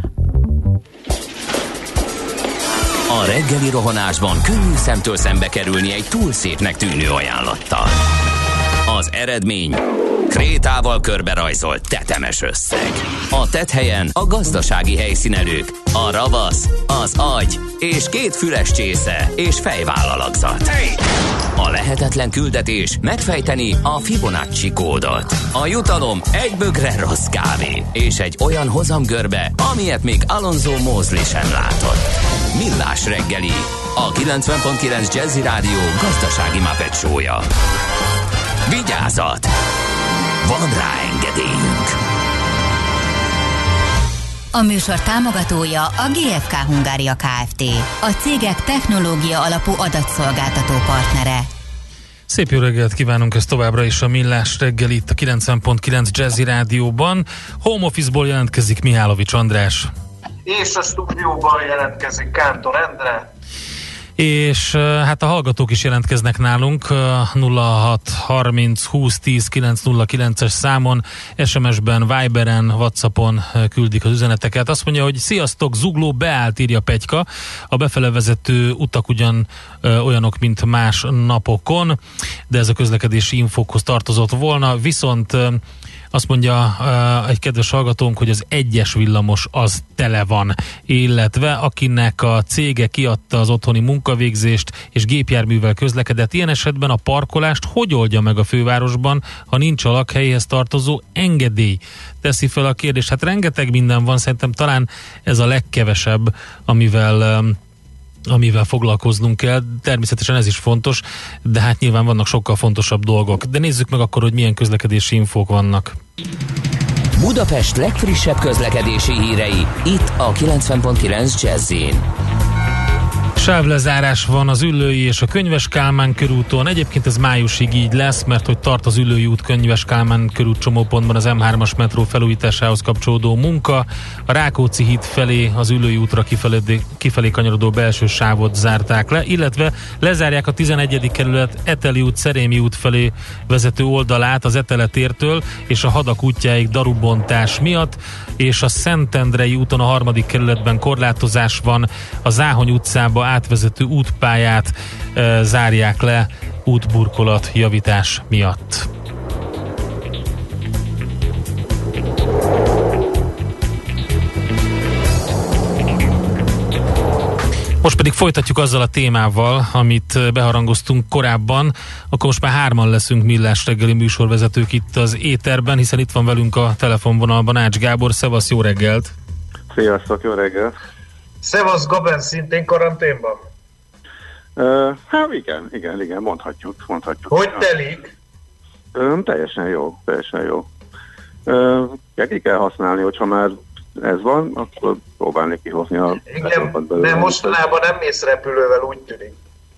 [SPEAKER 1] A reggeli rohanásban könnyű szemtől szembe kerülni egy túl szépnek tűnő ajánlattal. Az eredmény krétával körberajzolt tetemes összeg. A tetthelyen a gazdasági helyszínelők, a ravasz, az agy és két füles csésze és fejvállalakzat. A lehetetlen küldetés megfejteni a Fibonacci kódot. A jutalom egy bögre rossz kávé és egy olyan hozamgörbe, amilyet még Alonso Mosley sem látott. Millás reggeli, a kilencven pont kilenc Jazzy Rádió gazdasági Muppet show-ja. Vigyázat! Van rá engedélyünk!
[SPEAKER 10] A műsor támogatója a gé ef ká Hungária Kft. A cégek technológia alapú adatszolgáltató partnere.
[SPEAKER 4] Szép jó reggelt kívánunk, ez továbbra is a Millás reggel itt a kilencven pont kilenc Jazzy Rádióban. Home Office-ból jelentkezik Mihálovics András.
[SPEAKER 8] És a stúdióban jelentkezik Kántor Endre.
[SPEAKER 4] És hát a hallgatók is jelentkeznek nálunk nulla hat harminc húsz tíz kilenc nulla kilences számon, es em es-ben, Viberen, WhatsAppon küldik az üzeneteket. Azt mondja, hogy sziasztok, Zugló beállt, írja Petyka. A befele vezető utak ugyan ö, olyanok, mint más napokon, de ez a közlekedési infókhoz tartozott volna. Viszont ö, azt mondja uh, egy kedves hallgatónk, hogy az egyes villamos az tele van, illetve akinek a cége kiadta az otthoni munkavégzést és gépjárművel közlekedett, ilyen esetben a parkolást hogy oldja meg a fővárosban, ha nincs a lakhelyhez tartozó engedély? Teszi fel a kérdést. Hát rengeteg minden van, szerintem talán ez a legkevesebb, amivel um, amivel foglalkoznunk kell. Természetesen ez is fontos, de hát nyilván vannak sokkal fontosabb dolgok. De nézzük meg akkor, hogy milyen közlekedési infók vannak.
[SPEAKER 1] Budapest legfrissebb közlekedési hírei, itt a kilencven pont kilenc Jazzyn.
[SPEAKER 4] Sávlezárás van az Üllői és a Könyves Kálmán körúton. Egyébként ez májusig így lesz, mert hogy tart az Üllői út Könyves Kálmán körút csomópontban az em hármas metró felújításához kapcsolódó munka. A Rákóczi híd felé, az Üllői útra kifelé, kifelé kanyarodó belső sávot zárták le, illetve lezárják a tizenegyedik kerület Eteli út, Szerémi út felé vezető oldalát az Etele tértől és a Hadak útjáig darubontás miatt, és a Szentendrei úton a harmadik kerületben korlátozás van, a Záhony utcába átvezető útpályát e, zárják le útburkolat javítás miatt. Most pedig folytatjuk azzal a témával, amit beharangoztunk korábban, akkor most már hárman leszünk Millás reggeli műsorvezetők itt az éterben, hiszen itt van velünk a telefonvonalban Ács Gábor. Szevasz, jó reggelt!
[SPEAKER 18] Sziasztok, jó reggelt!
[SPEAKER 8] Szevasz, Gaben, szintén karanténban?
[SPEAKER 18] Uh, hát igen, igen, igen, mondhatjuk, mondhatjuk.
[SPEAKER 8] Hogy telik?
[SPEAKER 18] Uh, teljesen jó, teljesen jó. Uh, ki kell használni, hogyha már ez van, akkor próbálni kihozni a...
[SPEAKER 8] Igen, de mostanában nem mész repülővel, úgy tűnik.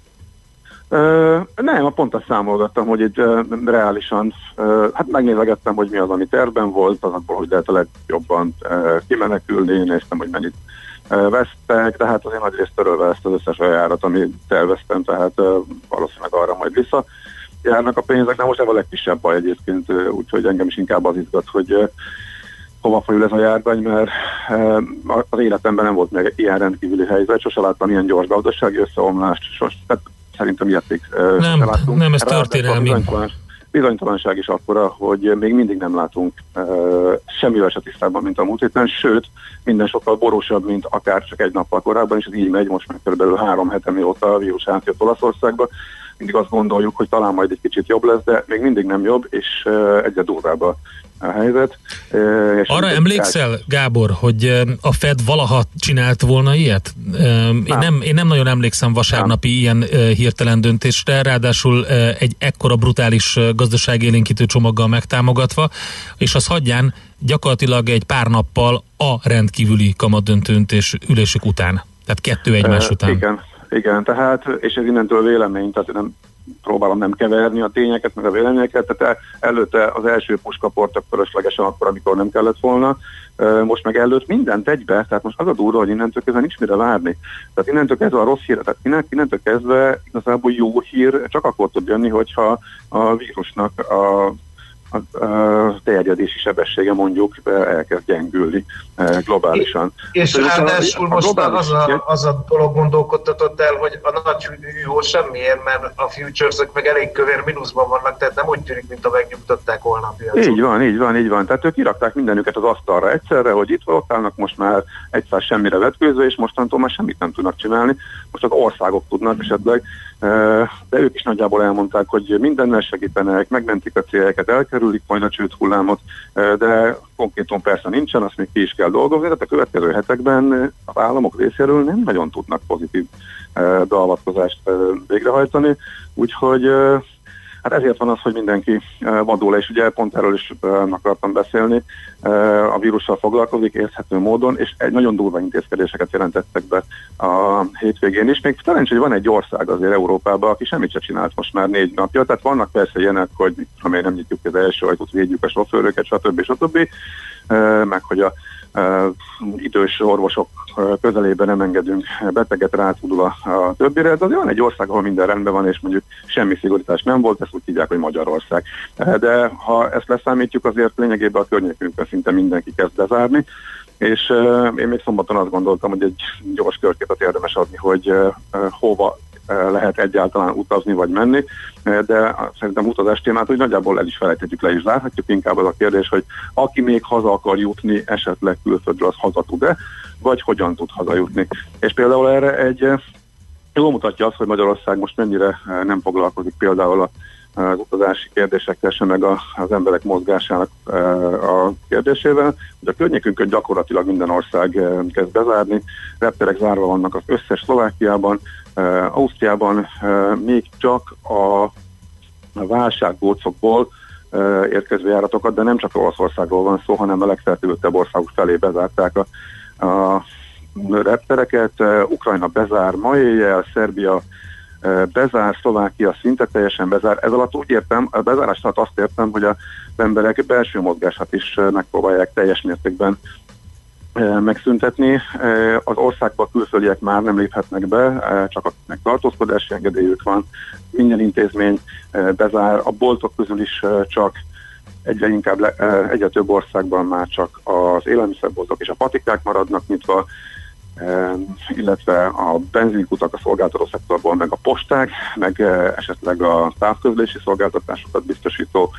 [SPEAKER 18] Uh, nem, pont azt számolgattam, hogy itt uh, reálisan, uh, hát megnézegettem, hogy mi az, ami tervben volt, azokból, hogy lehet a legjobban uh, kimenekülni, néztem, hogy mennyit uh, vesztek, de hát azért nagyrészt törölve ezt az összes ajánlat, amit terveztem, tehát uh, valószínűleg arra majd vissza járnak a pénzek, de most ez a legkisebb baj egyébként, uh, úgyhogy engem is inkább az izgat, hogy uh, hova folyul ez a járvány, mert uh, az életemben nem volt még ilyen rendkívüli helyzet, sose láttam ilyen gyors gazdasági összeomlást, sos, tehát szerintem ilyet még uh,
[SPEAKER 4] nem, láttunk. Nem, ez történelmi.
[SPEAKER 18] Bizonytalanság, bizonytalanság is akkora, hogy még mindig nem látunk uh, semmivel se tisztában, mint a múlt héten, sőt, minden sokkal borúsabb, mint akár csak egy nappal korábban, és ez így megy, most meg körülbelül három hete, mióta a vírus átjött Olaszországba. Mindig azt gondoljuk, hogy talán majd egy kicsit jobb lesz, de még mindig nem jobb, és uh, egyre durvább a a helyzet. És
[SPEAKER 4] arra emlékszel, Gábor, hogy a Fed valaha csinált volna ilyet? Én nem, nem, én nem nagyon emlékszem vasárnapi nem. ilyen hirtelen döntésre, ráadásul egy ekkora brutális gazdaságélénkítő csomaggal megtámogatva, és az hagyján gyakorlatilag egy pár nappal a rendkívüli kamatdöntőntés ülésük után. Tehát kettő egymás uh, után.
[SPEAKER 18] Igen, igen, tehát, és ez innentől vélemény, tehát nem próbálom nem keverni a tényeket, meg a véleményeket, tehát előtte az első puskaportak fölöslegesen akkor, amikor nem kellett volna, most meg előtt mindent egybe, tehát most az a durva, hogy innentől kezdve nincs mire várni. Tehát innentől kezdve a rossz hír, tehát innentől kezdve igazából jó hír csak akkor tud jönni, hogyha a vírusnak a a, a terjedési sebessége mondjuk elkezd gyengülni globálisan.
[SPEAKER 8] És ráadásul most az a, az a dolog gondolkodtatott el, hogy a nagy hűhó semmiért, mert a futures-ök meg elég kövér mínuszban vannak, tehát nem úgy tűnik, mint a megnyugtatták volna a piacot.
[SPEAKER 18] Így van, így van, így van. Tehát ők kirakták mindenüket az asztalra egyszerre, hogy itt ott állnak most már egyszer semmire vetkőzve, és mostantól már semmit nem tudnak csinálni. Most az országok tudnak esetleg, de ők is nagyjából elmondták, hogy mindennel segítenek, megmentik a céljaikat, elkerülik majd a csőd hullámot, de konkrétan persze nincsen, azt még ki is kell dolgozni, tehát a következő hetekben az államok részéről nem nagyon tudnak pozitív beavatkozást végrehajtani, úgyhogy hát ezért van az, hogy mindenki vadul, és ugye pont erről is akartam beszélni, a vírussal foglalkozik érthető módon, és egy nagyon durva intézkedéseket jelentettek be a hétvégén is. Még talán, hogy van egy ország azért Európában, aki semmit sem csinált most már négy napja, tehát vannak persze ilyenek, hogy amely nem nyitjuk az első ajtót, védjük a sofőröket, stb. stb. Meg hogy a Uh, idős orvosok uh, közelében nem engedünk beteget, rátudul a, a többire, de azért van egy ország, ahol minden rendben van, és mondjuk semmi szigorítás nem volt, ezt úgy hívják, hogy Magyarország. Uh, de ha ezt leszámítjuk, azért lényegében a környékünkön szinte mindenki kezd bezárni, és uh, én még szombaton azt gondoltam, hogy egy gyors körképet érdemes adni, hogy uh, uh, hova lehet egyáltalán utazni vagy menni, de szerintem utazás témát úgy nagyjából el is felejthetjük, le is zárhatjuk, inkább az a kérdés, hogy aki még haza akar jutni, esetleg külföldről, az haza tud-e, vagy hogyan tud hazajutni. És például erre egy jól mutatja azt, hogy Magyarország most mennyire nem foglalkozik például az utazási kérdésekkel sem, meg az emberek mozgásának a kérdésével. Ugye a környékünkön gyakorlatilag minden ország kezd bezárni, repterek zárva vannak az összes Szlovákiában, Uh, Ausztriában uh, még csak a válsággócokból uh, érkező járatokat, de nem csak Olaszországról van szó, hanem a legfertőzöttebb országok felé bezárták a, a reptereket. Uh, Ukrajna bezár ma éjjel, Szerbia uh, bezár, Szlovákia szinte teljesen bezár. Ez alatt úgy értem, a bezárás alatt azt értem, hogy az emberek belső mozgását is uh, megpróbálják teljes mértékben megszüntetni. Az országban külföldiek már nem léphetnek be, csak akiknek tartózkodási engedélyük van. Minden intézmény bezár, a boltok közül is csak egyre inkább, egyre több országban már csak az élelmiszerboltok és a patikák maradnak nyitva, illetve a benzinkutak a szolgáltató szektorból, meg a posták, meg esetleg a távközlési szolgáltatásokat biztosító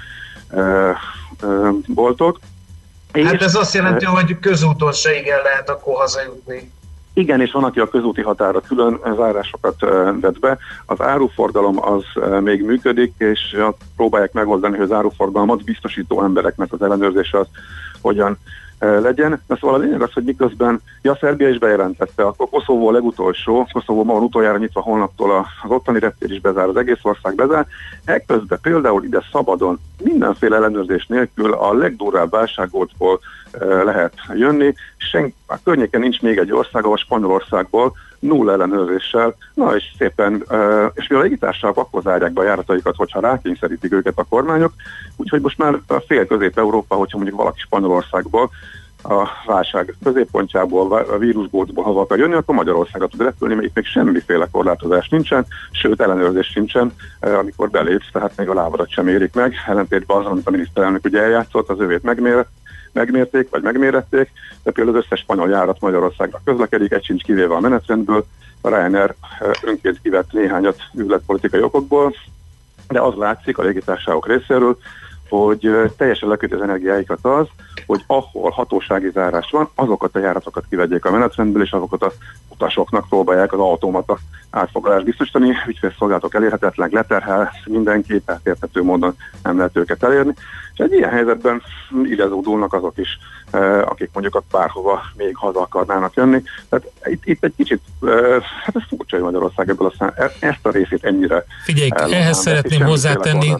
[SPEAKER 18] boltok.
[SPEAKER 8] Hát és ez azt jelenti, hogy közúton se igen lehet akkor hazajutni.
[SPEAKER 18] Igen, és van, aki a közúti határa külön zárásokat vett be. Az áruforgalom az még működik, és próbálják megoldani, hogy az áruforgalmat biztosító embereknek az ellenőrzése az hogyan legyen. De szóval a lényeg az, hogy miközben ja, Szerbia is bejelentette, akkor Koszovó a legutolsó, Koszovó ma van utoljára nyitva, holnaptól az ottani reptér is bezár, az egész ország bezár. Ekközben például ide szabadon, mindenféle ellenőrzés nélkül a legdurvább válsággócból lehet jönni. Sen, a környéken nincs még egy ország, ahol Spanyolországból nulla ellenőrzéssel, na és szépen, és mi a légitársaságok akkor zárják be a járataikat, hogyha rákényszerítik őket a kormányok, úgyhogy most már a fél Közép-Európa, hogyha mondjuk valaki Spanyolországból a válság középpontjából, a vírusgócból haza akar jönni, akkor Magyarországra tud repülni, mert itt még semmiféle korlátozás nincsen, sőt ellenőrzés sincsen, amikor belépsz, tehát még a lábadat sem érik meg, ellentétben az, amit a miniszterelnök ugye eljátszott, az övét megmérett, megmérték, vagy megmérették, de például az összes spanyol járat Magyarországra közlekedik, egy sincs kivéve a menetrendből, a Ryanair önként kivett néhányat üzletpolitikai okokból, de az látszik a légitársaságok részéről, hogy teljesen leköti az energiáikat az, hogy ahol hatósági zárás van, azokat a járatokat kivegyék a menetrendből, és azokat a utasoknak próbálják az automata átfoglalást biztosítani, ügyfélszolgálatok elérhetetlen, leterhel mindenki, tehát érthető módon nem lehet őket elérni. És egy ilyen helyzetben ide zúdulnak azok is, akik mondjuk ott bárhova még haza akarnának jönni. Tehát itt, itt egy kicsit, hát ez furcsa, hogy Magyarország ebből aztán ezt a részét ennyire...
[SPEAKER 4] Figyelj, ehhez szeretném hozzátenni,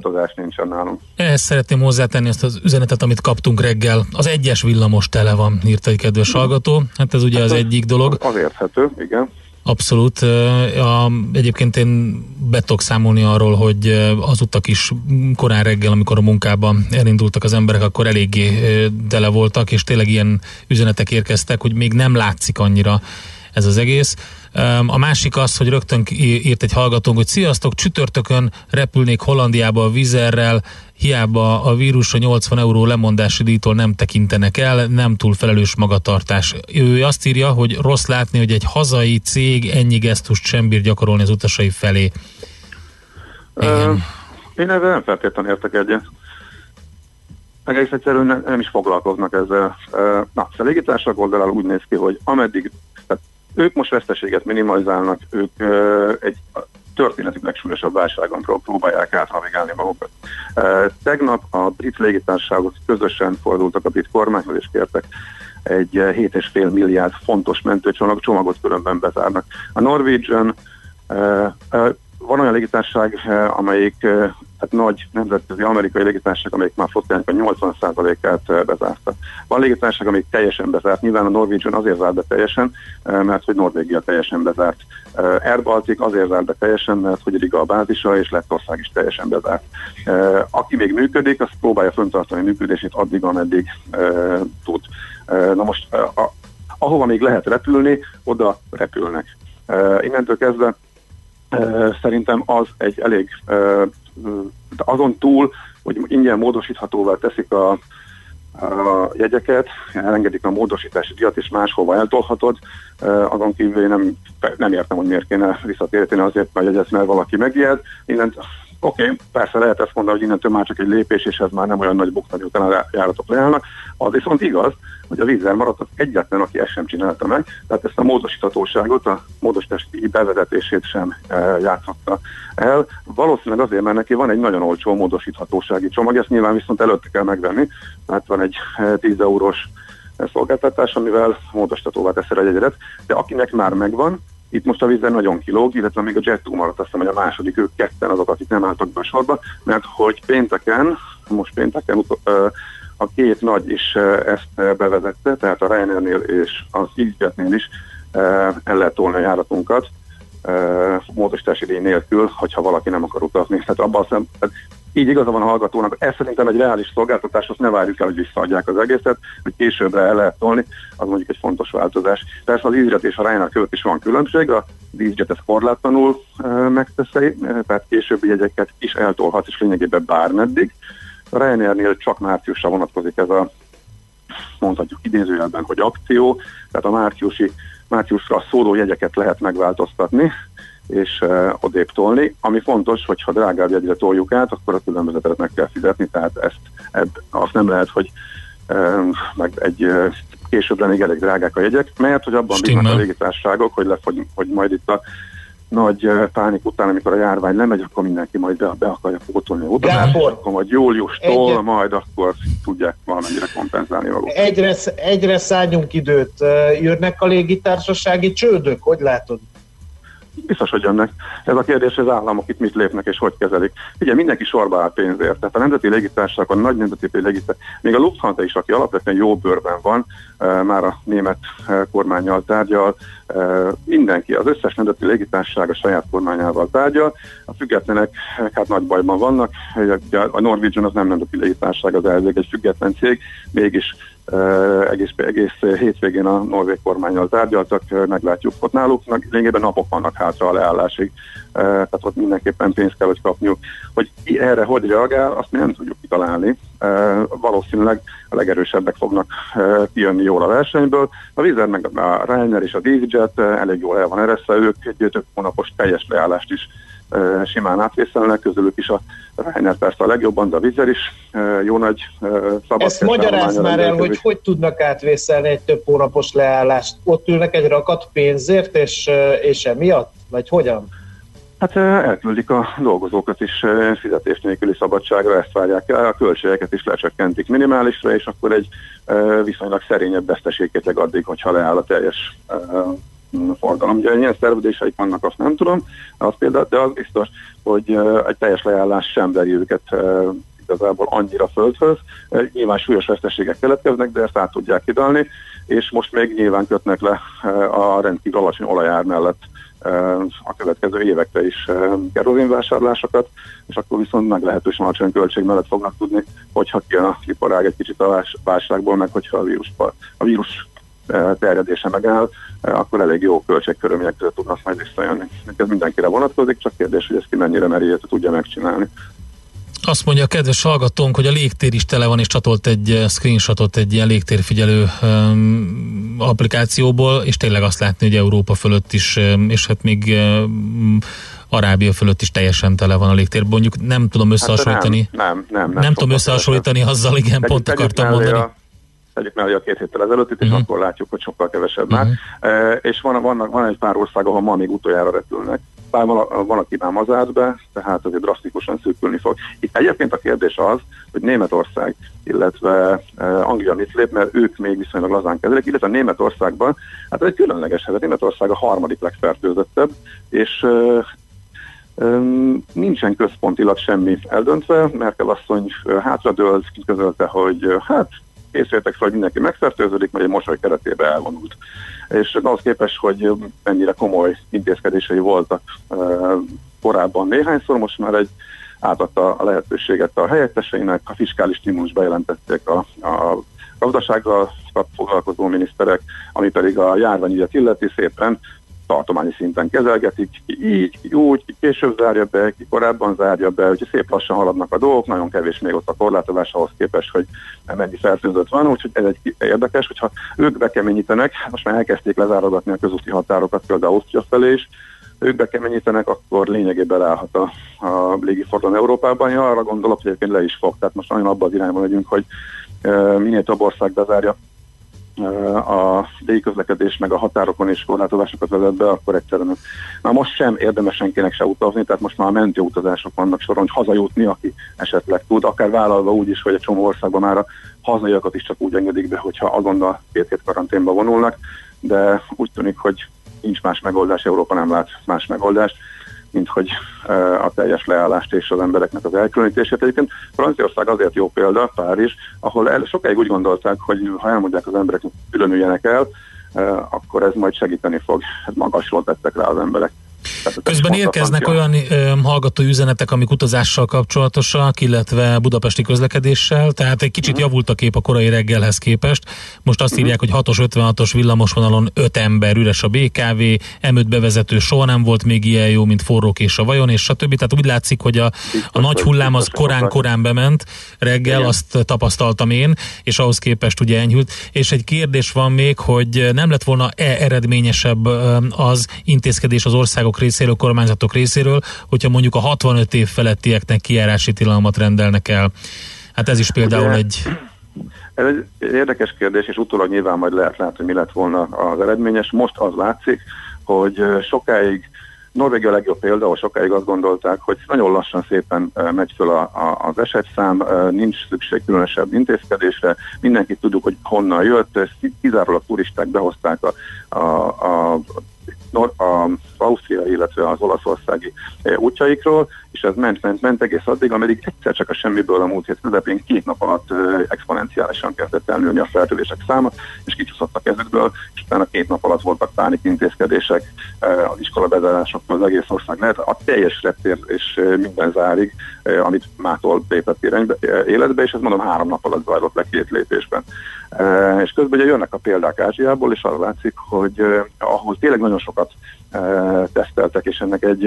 [SPEAKER 4] ehhez szeretném hozzátenni ezt az üzenetet, amit kaptunk reggel. Az egyes villamos tele van, írta egy kedves hallgató. Hát ez ugye hát az, az egyik dolog.
[SPEAKER 18] Az érthető, igen.
[SPEAKER 4] Abszolút. A, egyébként én be tudok számolni arról, hogy az utak is korán reggel, amikor a munkában elindultak az emberek, akkor eléggé tele voltak, és tényleg ilyen üzenetek érkeztek, hogy még nem látszik annyira ez az egész. A másik az, hogy rögtön írt egy hallgatónk, hogy sziasztok, csütörtökön repülnék Hollandiába a Wizzairrel, hiába a vírus a nyolcvan euró lemondási díjtól nem tekintenek el, nem túl felelős magatartás. Ő azt írja, hogy rossz látni, hogy egy hazai cég ennyi gesztust sem bír gyakorolni az utasai felé.
[SPEAKER 18] Igen. Uh, én ezzel nem feltétlenül értek egyet. Egész egyszerűen nem, nem is foglalkoznak ezzel. Uh, na, a légitársaság oldaláról úgy néz ki, hogy ameddig, tehát ők most veszteséget minimalizálnak, ők uh, egy történetük legsúlyosabb válságon próbálják átnavigálni magukat. Uh, tegnap a brit légitársaságok közösen fordultak a brit kormányhoz, és kértek egy uh, hét egész öt milliárd fontos mentőcsomag, csomagot különben bezárnak. A Norwegian, uh, uh, van olyan légitársaság, uh, amelyik uh, tehát nagy nemzetközi amerikai légitársaság, amelyik már flottájának a nyolcvan százalékát uh, bezárta. Van légitársaság, amelyik teljesen bezárt. Nyilván a Norwegian azért zárt be teljesen, uh, mert hogy Norvégia teljesen bezárt. Uh, Air Baltic azért zárt be teljesen, mert hogy Riga a bázisa, és Lettország is teljesen bezárt. Uh, aki még működik, az próbálja fenntartani működését addig, ameddig uh, tud. Uh, na most, uh, a, ahova még lehet repülni, oda repülnek. Uh, innentől kezdve uh, szerintem az egy elég uh, azon túl, hogy ingyen módosíthatóvá teszik a, a jegyeket, elengedik a módosítási díjat, és máshova eltolhatod, azon kívül én nem, nem értem, hogy miért kéne visszatéríteni azért, mert jegyet, mert valaki megijed. Innent, oké, okay, persze lehet ezt mondani, hogy innentől már csak egy lépés, és ez már nem olyan nagy bukta, miután a járatok leállnak. Az viszont igaz, hogy a Wizzair maradt az egyetlen, aki ezt sem csinálta meg, tehát ezt a módosíthatóságot, a módosítási bevezetését sem e, játszhatta el. Valószínűleg azért, mert neki van egy nagyon olcsó módosíthatósági csomag, ezt nyilván viszont előtte kell megvenni, tehát van egy tíz eurós szolgáltatás, amivel módosíthatóvá teszel egy jegyet, de akinek már megvan, itt most a Wizzair nagyon kilóg, illetve még a Jet2 maradt, azt hiszem, hogy a második, ők ketten azok, akik nem álltak be a sorba, mert hogy pénteken, most pénteken a két nagy is ezt bevezette, tehát a Ryanairnél és az EasyJetnél is el lehet tolni a járatunkat módosítási díj nélkül, hogyha valaki nem akar utazni. Tehát abban szem, tehát így igaza van a hallgatónak, ez szerintem egy reális szolgáltatás, azt ne várjuk el, hogy visszaadják az egészet, hogy későbbre el lehet tolni, az mondjuk egy fontos változás. Persze az EasyJet és a Ryanair között is van különbség, a EasyJet ezt korlátlanul megteszi, tehát későbbi jegyeket is eltolhat, és lényegében bármeddig. A Ryanairnél csak márciusra vonatkozik ez a, mondhatjuk idézőjelben, hogy akció, tehát a márciusi, márciusra szóló jegyeket lehet megváltoztatni, és uh, odébb tolni. Ami fontos, hogy ha drágább jegyre toljuk át, akkor a különbözetet meg kell fizetni, tehát ezt, ebb, azt nem lehet, hogy uh, meg egy uh, későbbre még elég drágák a jegyek, mert hogy abban bíznak a légitársaságok, hogy, lesz, hogy, hogy majd itt a nagy uh, pánik után, amikor a járvány lemegy, akkor mindenki majd be, be akarja pótolni utazást, akkor majd júliustól, egyre, majd akkor tudják valamennyire kompenzálni magukat.
[SPEAKER 8] Egyre, egyre szálljunk időt. Jönnek a légitársasági csődök? Hogy látod?
[SPEAKER 18] Biztos, hogy jönnek. Ez a kérdés, az államok itt mit lépnek és hogy kezelik. Ugye mindenki sorba áll pénzért. Tehát a nemzeti légitársaság, a nagy nemzeti légitársaság, még a Lufthansa is, aki alapvetően jó bőrben van, e, már a német e, kormánnyal tárgyal, e, mindenki, az összes nemzeti légitársaság a saját kormányával tárgyal. A függetlenek hát nagy bajban vannak. A Norwegian az nem nemzeti légitársaság, az elvég egy független cég, mégis Uh, egész, egész hétvégén a norvég kormánnyal tárgyaltak, uh, meglátjuk ott náluk, lényegében napok vannak hátra a leállásig, uh, tehát ott mindenképpen pénzt kell, hogy kapniuk. Hogy erre hogy reagál, azt mi nem tudjuk kitalálni. Uh, valószínűleg a legerősebbek fognak uh, kijönni jól a versenyből. A Wizzair meg a Ryanair és a EasyJet uh, elég jól el van ereszve, ők egy több hónapos teljes leállást is Uh, simán átvészelnek, közülük is a Ryanair persze a legjobban, de a Wizzair is uh, jó nagy uh, szabad.
[SPEAKER 8] Ezt magyarázz már el, hogy hogy tudnak átvészelni egy több hónapos leállást. Ott ülnek egy rakat pénzért, és, uh, és emiatt? Vagy hogyan?
[SPEAKER 18] Hát uh, elküldik a dolgozókat is uh, fizetés nélküli szabadságra, ezt várják el, a költségeket is lecsökkentik minimálisra, és akkor egy uh, viszonylag szerényebb veszteségkétleg addig, hogyha leáll a teljes uh, forgalom. Ugye ilyen szerződéseik vannak, azt nem tudom, az például, de az biztos, hogy uh, egy teljes leállás sem veri őket uh, igazából annyira földhöz. Uh, nyilván súlyos veszteségek keletkeznek, de ezt át tudják hidalni, és most még nyilván kötnek le uh, a rendkívül alacsony olajár mellett uh, a következő évekre is uh, kerozinvásárlásokat, és akkor viszont meglehetősen alacsony költség mellett fognak tudni, hogyha kijön a iparág egy kicsit a válságból, meg hogyha a vírus, a vírus terjedése megáll, akkor elég jó költségkörülmények között tudnak majd visszajönni. Ez mindenkire vonatkozik, csak kérdés, hogy ezt ki mennyire meri, tudja megcsinálni.
[SPEAKER 4] Azt mondja a kedves hallgatónk, hogy a légtér is tele van, és csatolt egy screenshotot egy ilyen légtérfigyelő um, applikációból, és tényleg azt látni, hogy Európa fölött is, és hát még um, Arábia fölött is teljesen tele van a légtér. Mondjuk nem tudom összehasonlítani.
[SPEAKER 18] Hát nem, nem, nem, nem,
[SPEAKER 4] nem tudom összehasonlítani azzal, igen, tegyük, pont akartam mondani. A,
[SPEAKER 18] tegyük mellé a két héttel ezelőtt, itt, uh-huh. és akkor látjuk, hogy sokkal kevesebb uh-huh. már. E, és van, van, van egy pár ország, ahol ma még utoljára repülnek. Bár van, van aki már mazárt be, tehát azért drasztikusan szűkülni fog. Itt egyébként a kérdés az, hogy Németország, illetve uh, Anglia mit lép, mert ők még viszonylag lazán kezelik, illetve Németországban, hát ez egy különleges helyzet. Németország a harmadik legfertőzöttebb, és uh, um, nincsen központilag semmi eldöntve. Merkel asszony uh, hátradőlt, közölte, hogy uh, hát készüljetek fel, hogy mindenki megfertőződik, mert egy mosoly keretébe elvonult. És ahhoz képest, hogy mennyire komoly intézkedései voltak uh, korábban néhányszor, most már egy átadta a lehetőséget a helyetteseinek, a fiskális stimulus bejelentették a, a gazdasággal foglalkozó miniszterek, ami pedig a járványügyet illeti, szépen tartományi szinten kezelgetik, ki így, ki úgy, ki később zárja be, ki korábban zárja be, úgyhogy szép lassan haladnak a dolgok, nagyon kevés még ott a korlátozás ahhoz képest, hogy mennyi fertőzött van, úgyhogy ez egy érdekes, hogyha ők bekeményítenek, most már elkezdték lezárogatni a közúti határokat, például Ausztria felé is, ők bekeményítenek, akkor lényegében állhat a, a légiforgalom Európában. Én arra gondolok, hogy egyébként le is fog, tehát most nagyon abban az irányban megyünk, hogy uh, minél több ország bezárja a légiközlekedés meg a határokon és korlátozásokat vezet be, akkor egyszerűen már most sem érdemes senkinek se utazni, tehát most már mentő utazások vannak soron, hogy hazajutni, aki esetleg tud, akár vállalva úgy is, hogy egy csomó országban már a hazaiakat is csak úgy engedik be, hogyha azonnal két hét karanténba vonulnak, de úgy tűnik, hogy nincs más megoldás, Európa nem lát más megoldást, mint hogy a teljes leállást és az embereknek az elkülönítését. Egyébként Franciaország azért jó példa, Párizs, ahol el, sokáig úgy gondolták, hogy ha elmondják az emberek, hogy különüljenek el, akkor ez majd segíteni fog. Hát magasról tettek rá az emberek.
[SPEAKER 4] Közben érkeznek olyan ö, hallgatói üzenetek, amik utazással kapcsolatosak, illetve budapesti közlekedéssel, tehát egy kicsit uh-huh. javult a kép a korai reggelhez képest. Most azt uh-huh. írják, hogy hatos ötvenhatos villamosvonalon öt ember, üres a bé ká vé, em öt bevezető soha nem volt még ilyen jó, mint forrókés a vajon, és stb. Tehát úgy látszik, hogy a, a nagy hullám az korán-korán bement reggel, igen. Azt tapasztaltam én, és ahhoz képest ugye enyhült. És egy kérdés van még, hogy nem lett volna-e eredményesebb az intézkedés az országok részéről, kormányzatok részéről, hogyha mondjuk a hatvanöt év felettieknek kijárási tilalmat rendelnek el. Hát ez is például ugye, egy...
[SPEAKER 18] Ez egy érdekes kérdés, és utólag nyilván majd lehet látni, hogy mi lett volna az eredményes. Most az látszik, hogy sokáig, Norvégia a legjobb példa, ahol sokáig azt gondolták, hogy nagyon lassan szépen megy föl a, a, az esetszám, nincs szükség különösebb intézkedésre, mindenki tudjuk, hogy honnan jött, kizárólag turisták behozták a, a, a az ausztriai, illetve az olaszországi útjaikról, és ez ment, ment, ment egész addig, ameddig egyszer csak a semmiből a múlt hét közepén két nap alatt exponenciálisan kezdett elnőni a fertőzések száma, és kicsúszott a kezükből, és utána két nap alatt voltak pánik intézkedések, az iskola bezárásoktól az egész ország lehet, a teljes reptér és minden zárig, amit mától lépett irányba, életbe, és ez mondom három nap alatt zajlott le két lépésben. És közben ugye jönnek a példák Ázsiából, és arra látszik, hogy ahol tényleg nagyon sokat teszteltek, és ennek egy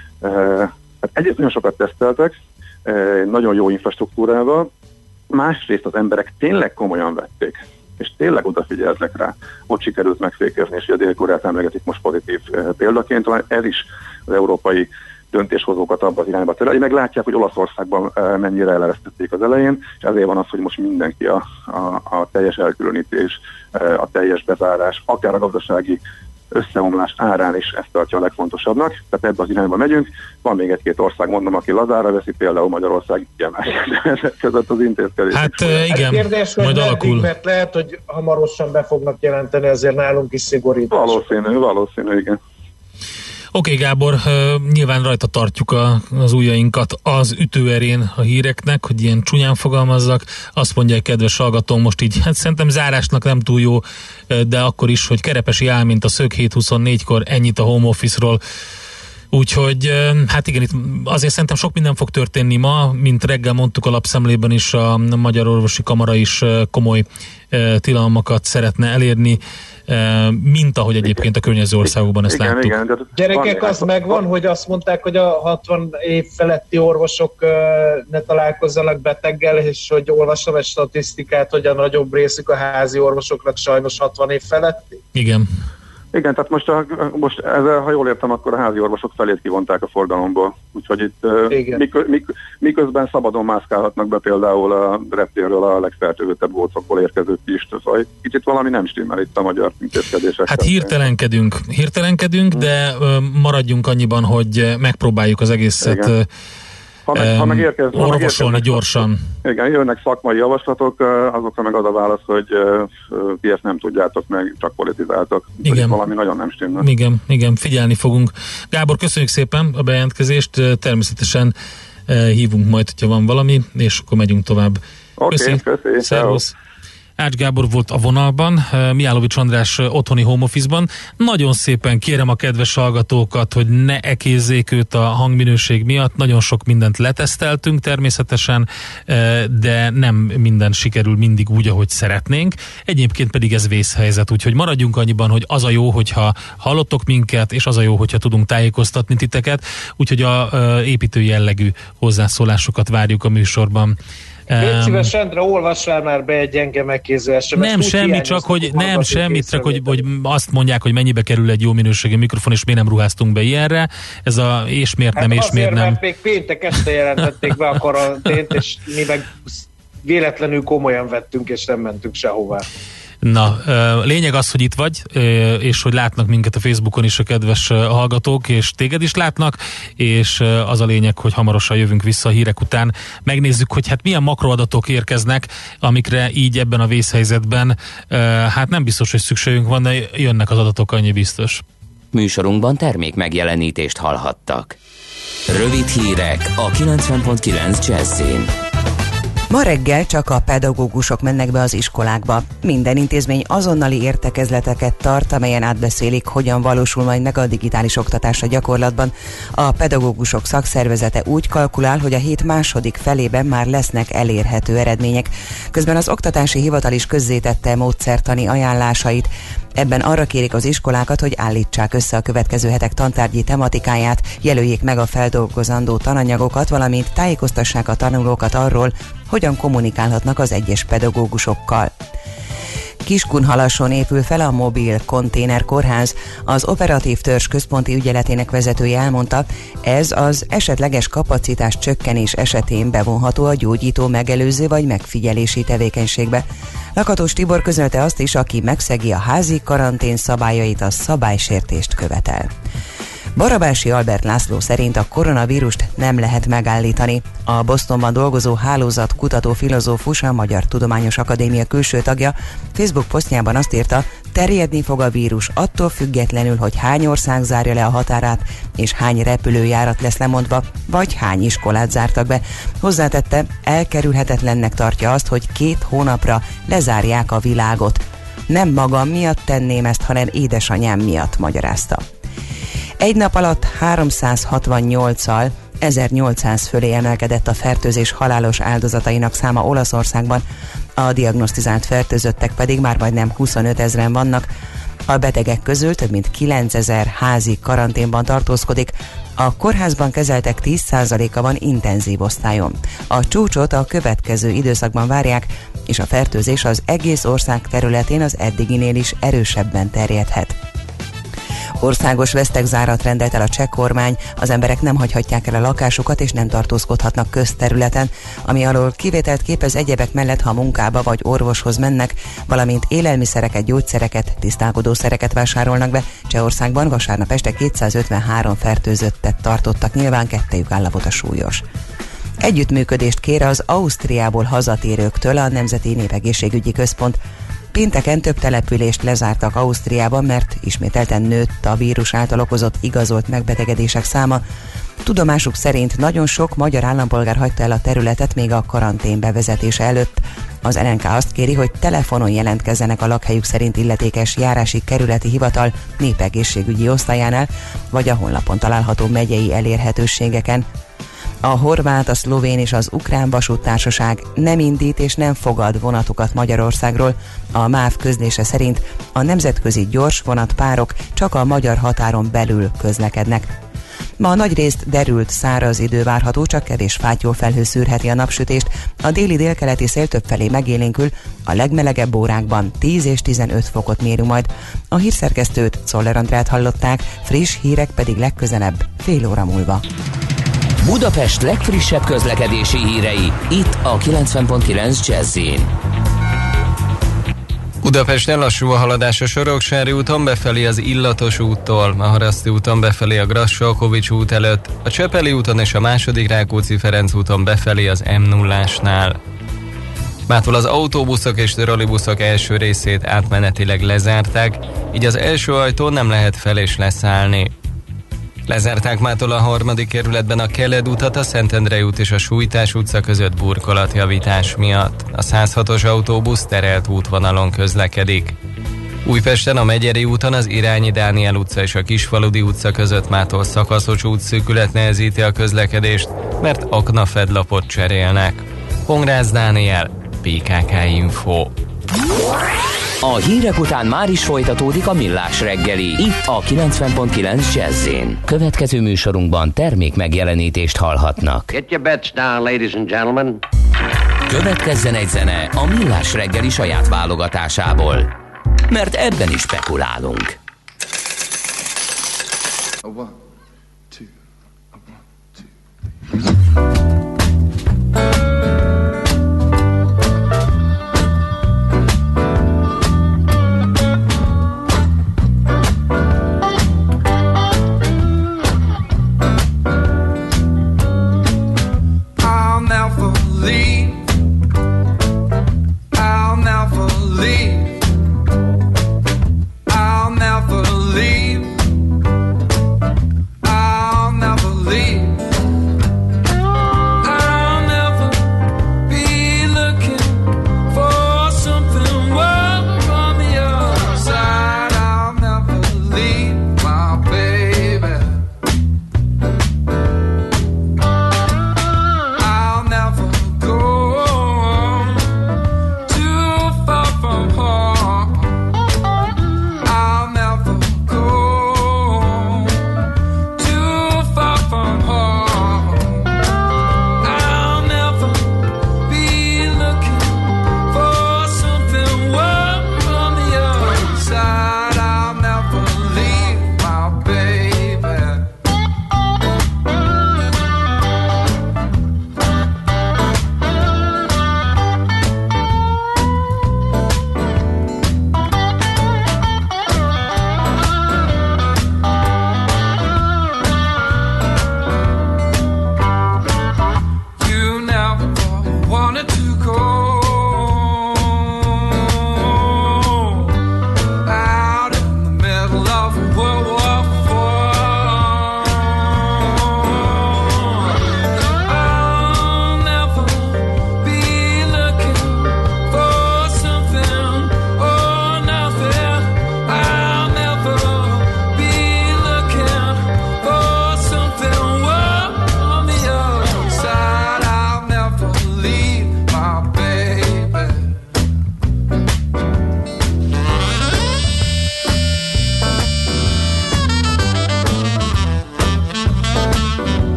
[SPEAKER 18] hát egyrészt nagyon sokat teszteltek, nagyon jó infrastruktúrával, másrészt az emberek tényleg komolyan vették, és tényleg odafigyeltek rá, hogy sikerült megfékezni, és a Dél-Koreát emlegetik most pozitív példaként, talán ez is az európai döntéshozókat abban az irányba terelni, meg látják, hogy Olaszországban mennyire eleresztették az elején, és ezért van az, hogy most mindenki a, a, a teljes elkülönítés, a teljes bezárás, akár a gazdasági összeomlás árán is ezt tartja a legfontosabbnak, tehát ebbe az irányba megyünk. Van még egy-két ország, mondom, aki lazára veszi, például Magyarország kiemelkedett között az intézkedés.
[SPEAKER 4] Hát igen,
[SPEAKER 8] kérdés,
[SPEAKER 4] majd alakul.
[SPEAKER 8] Mert lehet, hogy hamarosan be fognak jelenteni, ezért nálunk is szigorítás.
[SPEAKER 18] Valószínű, valószínű, igen.
[SPEAKER 4] Oké, okay, Gábor, nyilván rajta tartjuk a, az ujjainkat az ütőerén a híreknek, hogy ilyen csúnyán fogalmazzak. Azt mondja egy kedves hallgató most így, hát szerintem zárásnak nem túl jó, de akkor is, hogy Kerepesi áll, mint a szög hét huszonnégykor, ennyit a home office-ról. Úgyhogy hát igen, itt azért szerintem sok minden fog történni ma, mint reggel mondtuk a lapszemlében is, a Magyar Orvosi Kamara is komoly tilalmakat szeretne elérni, mint ahogy egyébként a környező országokban ezt
[SPEAKER 18] igen,
[SPEAKER 4] láttuk.
[SPEAKER 18] Igen, de
[SPEAKER 8] Gyerekek, az megvan, hogy azt mondták, hogy a hatvan év feletti orvosok ne találkozzanak beteggel, és hogy olvastam egy statisztikát, hogy a nagyobb részük a házi orvosoknak sajnos hatvan év feletti.
[SPEAKER 4] Igen.
[SPEAKER 18] Igen, tehát most, a, most ezzel, ha jól értem, akkor a házi orvosok felét kivonták a forgalomból. Úgyhogy itt mikö, mik, miközben szabadon mászkálhatnak be például a reptérről a legfertőzöttebb gócokból érkező is. Szóval kicsit valami nem stimmel itt a magyar intézkedések.
[SPEAKER 4] Hát hirtelenkedünk, hirtelenkedünk, hmm. de maradjunk annyiban, hogy megpróbáljuk az egészet igen.
[SPEAKER 18] Ha meg, ha meg érkez,
[SPEAKER 4] orvosolni
[SPEAKER 18] ha meg
[SPEAKER 4] gyorsan.
[SPEAKER 18] Igen, jönnek szakmai javaslatok, azokra meg az a válasz, hogy ti ezt nem tudjátok meg, csak politizáltok.
[SPEAKER 4] Igen.
[SPEAKER 18] Valami nagyon nem stimmel.
[SPEAKER 4] Igen, igen, figyelni fogunk. Gábor, köszönjük szépen a bejelentkezést, természetesen hívunk majd, hogyha van valami, és akkor megyünk tovább.
[SPEAKER 18] Oké, okay, köszi.
[SPEAKER 4] Szervusz. Ács Gábor volt a vonalban, Mihálovics András otthoni home office-ban. Nagyon szépen kérem a kedves hallgatókat, hogy ne ekézzék őt a hangminőség miatt. Nagyon sok mindent leteszteltünk természetesen, de nem minden sikerül mindig úgy, ahogy szeretnénk. Egyébként pedig ez vészhelyzet, úgyhogy maradjunk annyiban, hogy az a jó, hogyha hallottok minket, és az a jó, hogyha tudunk tájékoztatni titeket. Úgyhogy a építő jellegű hozzászólásokat várjuk a műsorban.
[SPEAKER 8] Légy szíves, Endre, olvassál már be egy gyenge megkéző es em es.
[SPEAKER 4] Nem semmi, csak hogy, nem semmi, csak hogy, hogy azt mondják, hogy mennyibe kerül egy jó minőségű mikrofon, és miért nem ruháztunk be ilyenre. Ez a és miért nem, hát és miért nem.
[SPEAKER 8] Mert még péntek este jelentették be a karantént, és mi meg véletlenül komolyan vettünk, és nem mentünk sehová.
[SPEAKER 4] Na, lényeg az, hogy itt vagy, és hogy látnak minket a Facebookon is a kedves hallgatók, és téged is látnak, és az a lényeg, hogy hamarosan jövünk vissza a hírek után. Megnézzük, hogy hát milyen makroadatok érkeznek, amikre így ebben a vészhelyzetben hát nem biztos, hogy szükségünk van, de jönnek az adatok, annyi biztos.
[SPEAKER 1] Műsorunkban termék megjelenítést hallhattak. Rövid hírek a kilencven pont kilenc Jazzin.
[SPEAKER 15] Ma reggel csak a pedagógusok mennek be az iskolákba. Minden intézmény azonnali értekezleteket tart, amelyen átbeszélik, hogyan valósul majd meg a digitális oktatás a gyakorlatban. A pedagógusok szakszervezete úgy kalkulál, hogy a hét második felében már lesznek elérhető eredmények. Közben az oktatási hivatal is közzétette módszertani ajánlásait. Ebben arra kérik az iskolákat, hogy állítsák össze a következő hetek tantárgyi tematikáját, jelöljék meg a feldolgozandó tananyagokat, valamint tájékoztassák a tanulókat arról, hogyan kommunikálhatnak az egyes pedagógusokkal. Kiskunhalason épül fel a mobil konténerkórház. Az operatív törzs központi ügyeletének vezetője elmondta, ez az esetleges kapacitás csökkenés esetén bevonható a gyógyító megelőző vagy megfigyelési tevékenységbe. Lakatos Tibor közölte azt is, aki megszegi a házi karantén szabályait, a szabálysértést követel. Barabási Albert László szerint a koronavírust nem lehet megállítani. A Bostonban dolgozó hálózat kutató filozófus, a Magyar Tudományos Akadémia külső tagja Facebook posztjában azt írta, terjedni fog a vírus attól függetlenül, hogy hány ország zárja le a határát, és hány repülőjárat lesz lemondva, vagy hány iskolát zártak be. Hozzátette, elkerülhetetlennek tartja azt, hogy két hónapra lezárják a világot. Nem magam miatt tenném ezt, hanem édesanyám miatt, magyarázta. Egy nap alatt háromszázhatvannyolccal ezernyolcszáz fölé emelkedett a fertőzés halálos áldozatainak száma Olaszországban, a diagnosztizált fertőzöttek pedig már majdnem huszonöt ezren vannak. A betegek közül több mint kilencezer házi karanténban tartózkodik, a kórházban kezeltek tíz százaléka van intenzív osztályon. A csúcsot a következő időszakban várják, és a fertőzés az egész ország területén az eddiginél is erősebben terjedhet. Országos vesztegzárat rendelt el a cseh kormány, az emberek nem hagyhatják el a lakásukat és nem tartózkodhatnak közterületen, ami alól kivételt képez egyebek mellett, ha munkába vagy orvoshoz mennek, valamint élelmiszereket, gyógyszereket, tisztálkodószereket vásárolnak be. Csehországban vasárnap este kétszázötvenhárom fertőzöttet tartottak, nyilván kettejük állapota súlyos. Együttműködést kér az Ausztriából hazatérőktől a Nemzeti Népegészségügyi Központ. Pénteken több települést lezártak Ausztriában, mert ismételten nőtt a vírus által okozott igazolt megbetegedések száma. Tudomásuk szerint nagyon sok magyar állampolgár hagyta el a területet még a karantén bevezetése előtt. Az el en ká azt kéri, hogy telefonon jelentkezzenek a lakhelyük szerint illetékes járási kerületi hivatal népegészségügyi osztályánál, vagy a honlapon található megyei elérhetőségeken. A horvát, a szlovén és az ukrán vasúttársaság nem indít és nem fogad vonatokat Magyarországról. A MÁV közlése szerint a nemzetközi gyors vonatpárok csak a magyar határon belül közlekednek. Ma nagyrészt derült, száraz idő várható, csak kevés fátyolfelhő szűrheti a napsütést. A déli délkeleti szél többfelé megélénkül, a legmelegebb órákban tíz és tizenöt fokot mérünk majd. A hírszerkesztőt, Czoller Andrát hallották, friss hírek pedig legközelebb, fél óra múlva.
[SPEAKER 1] Budapest legfrissebb közlekedési hírei, itt a kilencven pont kilenc Jazz-in.
[SPEAKER 17] Budapesten lassú a haladás a Soroksári úton befelé az Illatos úttól, a Haraszti úton befelé a Grassalkovich út előtt, a Csepeli úton és a második Rákóczi-Ferenc úton befelé az em nullásnál. Mától az autóbuszok és trollibuszok első részét átmenetileg lezárták, így az első ajtón nem lehet fel és leszállni. Lezárták mától a harmadik kerületben a Keled utat, a Szentendrei út és a Sújtás utca között burkolatjavítás miatt. A száz hatos autóbusz terelt útvonalon közlekedik. Újpesten a Megyeri úton az Irányi Dániel utca és a Kisfaludi utca között mától szakaszos útszűkület nehezíti a közlekedést, mert aknafedlapot cserélnek. Pongrácz Dániel, pé ká ká Info.
[SPEAKER 1] A hírek után már is folytatódik a Millás reggeli, itt a kilencven pont kilenc Jazz-in. Következő műsorunkban termék megjelenítést hallhatnak.
[SPEAKER 19] Get your bets down, ladies and gentlemen.
[SPEAKER 1] Következzen egy zene a Millás reggeli saját válogatásából, mert ebben is spekulálunk.
[SPEAKER 9] A one, two, a one, two, go.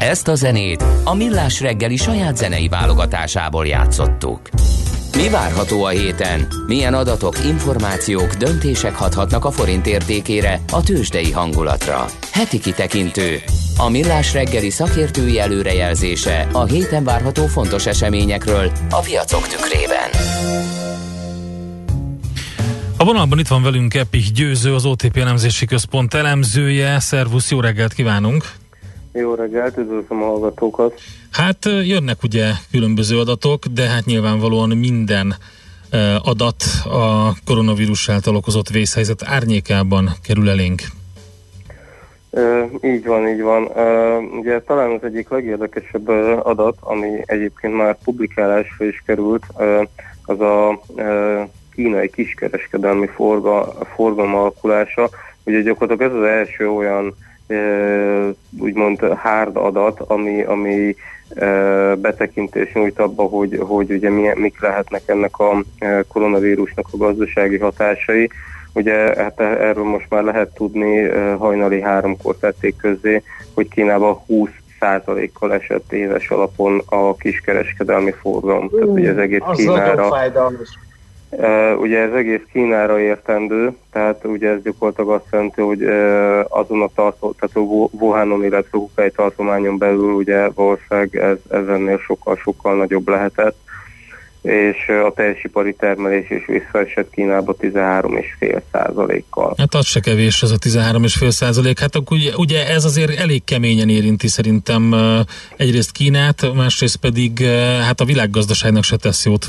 [SPEAKER 1] Ezt a zenét a Millás reggeli saját zenei válogatásából játszottuk. Mi várható a héten? Milyen adatok, információk, döntések hathatnak a forint értékére, a tőzsdei hangulatra? Heti kitekintő. A Millás reggeli szakértői előrejelzése a héten várható fontos eseményekről a piacok tükrében.
[SPEAKER 4] A vonalban itt van velünk Epich Győző, az o té pé elemzési központ elemzője. Szervusz, jó reggelt kívánunk!
[SPEAKER 20] Jó reggelt, üdvözlöm a hallgatókat!
[SPEAKER 4] Hát jönnek ugye különböző adatok, de hát nyilvánvalóan minden adat a koronavírus által okozott vészhelyzet árnyékában kerül elénk.
[SPEAKER 20] E, így van, így van. E, ugye talán az egyik legérdekesebb adat, ami egyébként már publikálásra is került, e, az a e, kínai kiskereskedelmi forga, forgalom alakulása. Ugye gyakorlatilag ez az első olyan e, úgymond hard adat, ami, ami e, betekintés nyújt abba, hogy, hogy ugye mi, mik lehetnek ennek a koronavírusnak a gazdasági hatásai. Ugye hát erről most már lehet tudni, hajnali háromkor tették közzé, hogy Kínában húsz százalékkal esett éves alapon a kiskereskedelmi forgalom. Tehát ugye ez egész Kínára... Uh, ugye ez egész Kínára értendő, tehát ugye ez gyakorlatilag azt jelenti, hogy uh, azon a tartó, tehát a Wuhanon, illetve Hubei tartományon belül ugye valószínűleg ez, ez ennél sokkal-sokkal nagyobb lehetett, és uh, a teljesipari termelés is visszaesett Kínába tizenhárom egész öt százalékkal.
[SPEAKER 4] Hát az se kevés, az a tizenhárom egész öt százalék. Hát akkor ugye, ugye ez azért elég keményen érinti szerintem uh, egyrészt Kínát, másrészt pedig uh, hát a világgazdaságnak se tesz jót.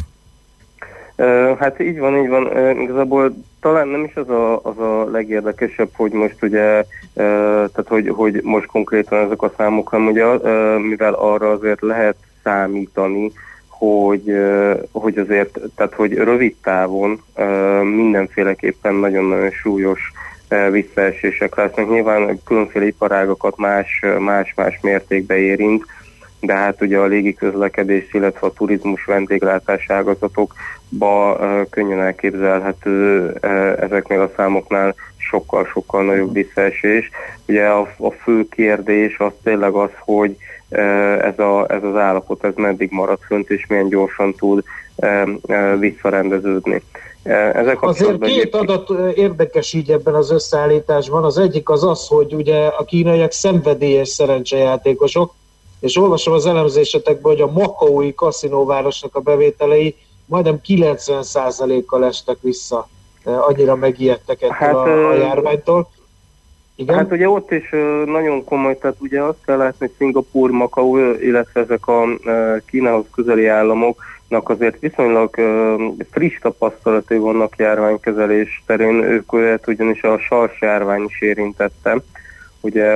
[SPEAKER 20] Uh, hát így van, így van. Uh, igazából talán nem is az a, az a legérdekesebb, hogy most ugye, uh, tehát hogy, hogy most konkrétan ezek a számok, hanem ugye, uh, mivel arra azért lehet számítani, hogy, uh, hogy azért, tehát hogy rövid távon uh, mindenféleképpen nagyon-nagyon súlyos uh, visszaesések lesznek. Nyilván különféle iparágakat más, más-más mértékben érint, de hát ugye a légiközlekedés, illetve a turizmus, vendéglátás ágazatokba uh, könnyen elképzelhető uh, ezeknél a számoknál sokkal-sokkal nagyobb visszaesés. Ugye a, a fő kérdés az tényleg az, hogy uh, ez, a, ez az állapot ez meddig marad fönt, és milyen gyorsan tud uh, uh, visszarendeződni.
[SPEAKER 8] Ezek Azért két adat érdekes így ebben az összeállításban. Az egyik az az, hogy ugye a kínaiak szenvedélyes szerencsejátékosok, és olvasom az elemzésetekben, hogy a makaói kaszinóvárosnak a bevételei majdnem kilencven százalékkal estek vissza. Annyira megijedtek ettől hát, a, a járványtól. Igen?
[SPEAKER 20] Hát ugye ott is nagyon komoly, tehát ugye azt kell látni, hogy Szingapúr, Makaó, illetve ezek a Kínához közeli államoknak azért viszonylag friss tapasztalatai vannak járványkezelés terén. Ők ugyanis a SARS járvány is érintette. Ugye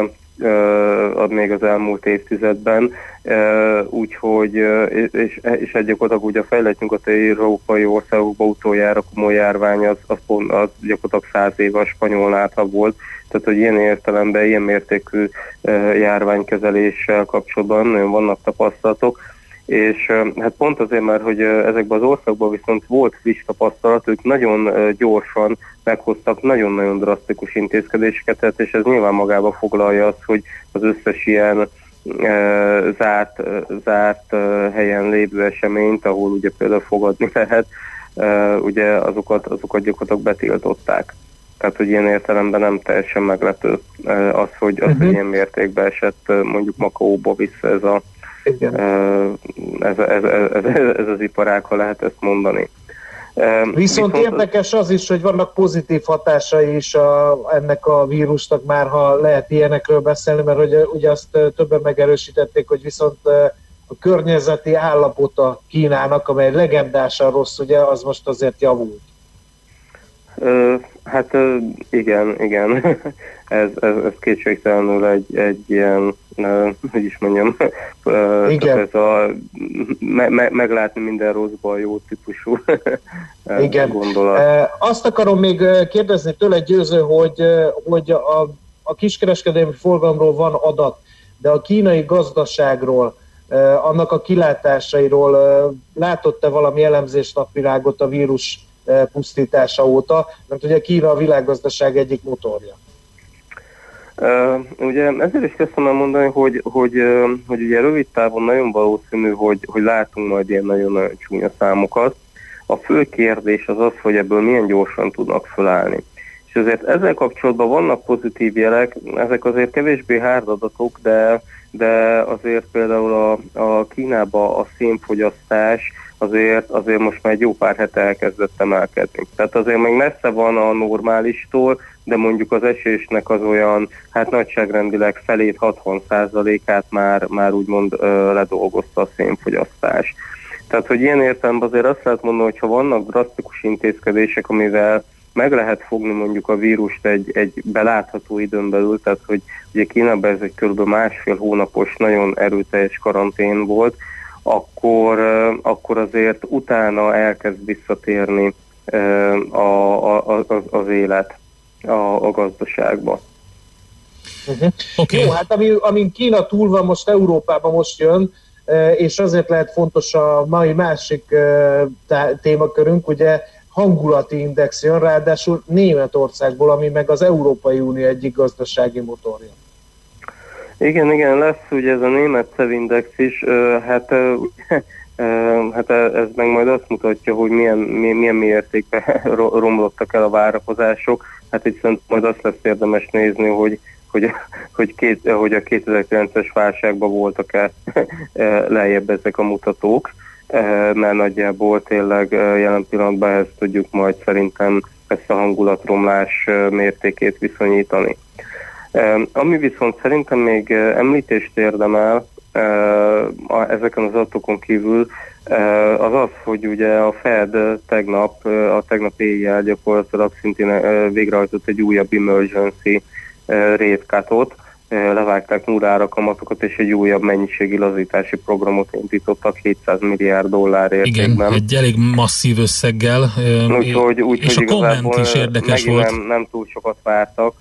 [SPEAKER 20] Uh, még az elmúlt évtizedben, uh, úgyhogy uh, és, és gyakorlatilag ugye a fejlett nyugati európai országokban utoljára komoly járvány az, az, pont, az gyakorlatilag száz éve a spanyol náta volt, tehát hogy ilyen értelemben, ilyen mértékű uh, járványkezeléssel kapcsolatban nagyon vannak tapasztalatok, és uh, hát pont azért már, hogy uh, ezekben az országban viszont volt friss tapasztalat, ők nagyon uh, gyorsan meghoztak nagyon-nagyon drasztikus intézkedéseket, és ez nyilván magába foglalja azt, hogy az összes ilyen uh, zárt, uh, zárt uh, helyen lévő eseményt, ahol ugye például fogadni lehet, uh, ugye azokat, azokat gyakorlatilag betiltották. Tehát, hogy ilyen értelemben nem teljesen meglepő uh, az, hogy, az, uh-huh. hogy ilyen mértékben esett uh, mondjuk Makaóba vissza ez a Ez, ez, ez, ez az iparág, ha lehet ezt mondani.
[SPEAKER 8] Viszont, Viszont érdekes az is, hogy vannak pozitív hatásai is a, ennek a vírusnak már, ha lehet ilyenekről beszélni, mert hogy, ugye azt többen megerősítették, hogy viszont a környezeti állapota Kínának, amely legendásan rossz, ugye, az most azért javult.
[SPEAKER 20] Uh, hát uh, igen, igen. ez, ez, ez kétségtelenül egy, egy ilyen, uh, hogy is mondjam, uh, igen. ez a me, me, meglátni minden rosszban jó típusú
[SPEAKER 8] igen.
[SPEAKER 20] gondolat.
[SPEAKER 8] Uh, azt akarom még kérdezni tőle, Győző, hogy, hogy a, a kiskereskedelmi forgalomról van adat, de a kínai gazdaságról, uh, annak a kilátásairól uh, látott-e valami elemzés napvilágot a vírus pusztítása óta, mert ugye Kína a világgazdaság egyik motorja.
[SPEAKER 20] Uh, ugye ezért is kezdtem el mondani, hogy, hogy, uh, hogy ugye rövid távon nagyon valószínű, hogy, hogy látunk majd ilyen nagyon-nagyon csúnya számokat. A fő kérdés az az, hogy ebből milyen gyorsan tudnak fölállni. És azért ezzel kapcsolatban vannak pozitív jelek, ezek azért kevésbé hard adatok, de, de azért például a, a Kínában a szénfogyasztás azért, azért most már egy jó pár hete elkezdett emelkedni. Tehát azért még messze van a normálistól, de mondjuk az esésnek az olyan, hát nagyságrendileg felét hatvan százalékát már, már úgymond ö, ledolgozta a szénfogyasztás. Tehát, hogy ilyen értelemben azért azt lehet mondani, hogy ha vannak drasztikus intézkedések, amivel meg lehet fogni mondjuk a vírust egy, egy belátható időn belül, tehát hogy ugye Kínában ez egy kb. Másfél hónapos, nagyon erőteljes karantén volt, akkor, akkor azért utána elkezd visszatérni a, a, a, az élet a, a gazdaságba.
[SPEAKER 8] Uh-huh. Okay. Jó, hát ami, amin Kína túl van, most Európában most jön, és azért lehet fontos a mai másik tá- témakörünk, ugye hangulati index jön, ráadásul Németországból, ami meg az Európai Unió egyik gazdasági motorja.
[SPEAKER 20] Igen, igen, lesz ugye ez a német szevindex is, hát, hát ez meg majd azt mutatja, hogy milyen, milyen mértékben romlottak el a várakozások, hát itt szerintem majd azt lesz érdemes nézni, hogy hogy, hogy, két, hogy a kétezer-kilences válságban voltak-e lejjebb ezek a mutatók, mert nagyjából tényleg jelen pillanatban ezt tudjuk majd szerintem ezt a hangulatromlás mértékét viszonyítani. Ami viszont szerintem még említést érdemel ezeken az adatokon kívül, az az, hogy ugye a Fed tegnap, a tegnap éjjel gyakorlatilag szintén végrehajtott egy újabb emergency rate cut-ot, levágták nullára kamatokat, és egy újabb mennyiségi lazítási programot indítottak hétszáz milliárd dollár értékben.
[SPEAKER 4] Igen, egy elég masszív összeggel,
[SPEAKER 20] úgyhogy, úgy,
[SPEAKER 4] és a komment is érdekes volt.
[SPEAKER 20] Nem, nem túl sokat vártak,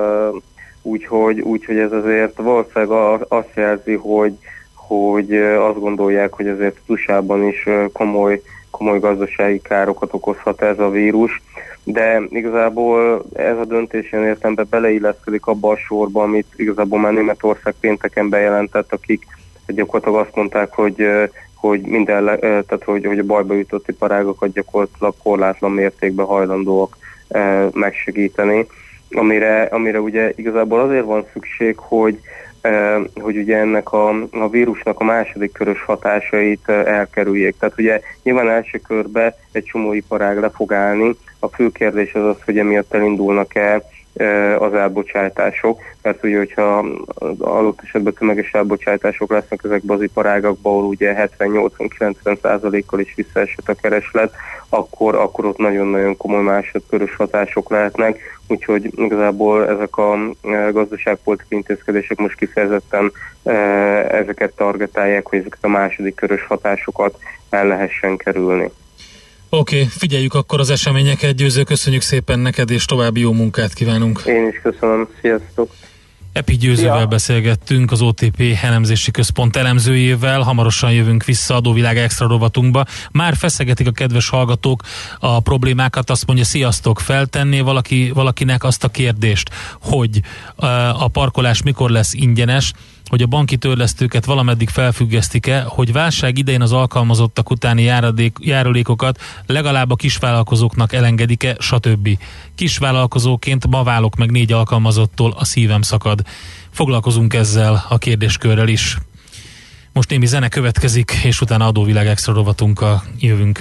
[SPEAKER 20] úgyhogy, úgyhogy ez azért valószínűleg azt jelzi, hogy, hogy azt gondolják, hogy azért u es á-ban is komoly, komoly gazdasági károkat okozhat ez a vírus, de igazából ez a döntés ilyen értelemben beleilleszkedik abba a sorba, amit igazából már Németország pénteken bejelentett, akik gyakorlatilag azt mondták, hogy, hogy minden, tehát hogy, hogy a bajba jutott iparágokat gyakorlatilag korlátlan mértékben hajlandóak megsegíteni, amire, amire ugye igazából azért van szükség, hogy hogy ugye ennek a, a vírusnak a második körös hatásait elkerüljék. Tehát ugye nyilván első körben egy csomó iparág le fog állni. A fő kérdés az az, hogy emiatt elindulnak-e az elbocsátások, mert ugye, hogyha adott esetben tömeges elbocsátások lesznek ezekben az iparágakban, ahol ugye hetven-nyolcvan-kilencven százalékkal is visszaesett a kereslet, akkor, akkor ott nagyon-nagyon komoly másodkörös hatások lehetnek, úgyhogy igazából ezek a gazdaságpolitikai intézkedések most kifejezetten ezeket targetálják, hogy ezeket a második körös hatásokat el lehessen kerülni.
[SPEAKER 4] Oké, okay, figyeljük akkor az eseményeket, Győző, köszönjük szépen neked, és további jó munkát kívánunk.
[SPEAKER 20] Én is köszönöm, sziasztok!
[SPEAKER 4] Epi Győzővel ja. beszélgettünk, az o té pé elemzési központ elemzőjével, hamarosan jövünk vissza Adóvilág extra rovatunkba. Már feszegetik a kedves hallgatók a problémákat, azt mondja, sziasztok, feltenné valaki, valakinek azt a kérdést, hogy a parkolás mikor lesz ingyenes, hogy a banki törlesztőket valameddig felfüggesztik-e, hogy válság idején az alkalmazottak utáni járadék, járulékokat legalább a kisvállalkozóknak elengedik-e, stb. Kisvállalkozóként ma válok meg négy alkalmazottól, a szívem szakad. Foglalkozunk ezzel a kérdéskörrel is. Most némi zene következik, és utána Adóvilág extra rovatunkkal jövünk.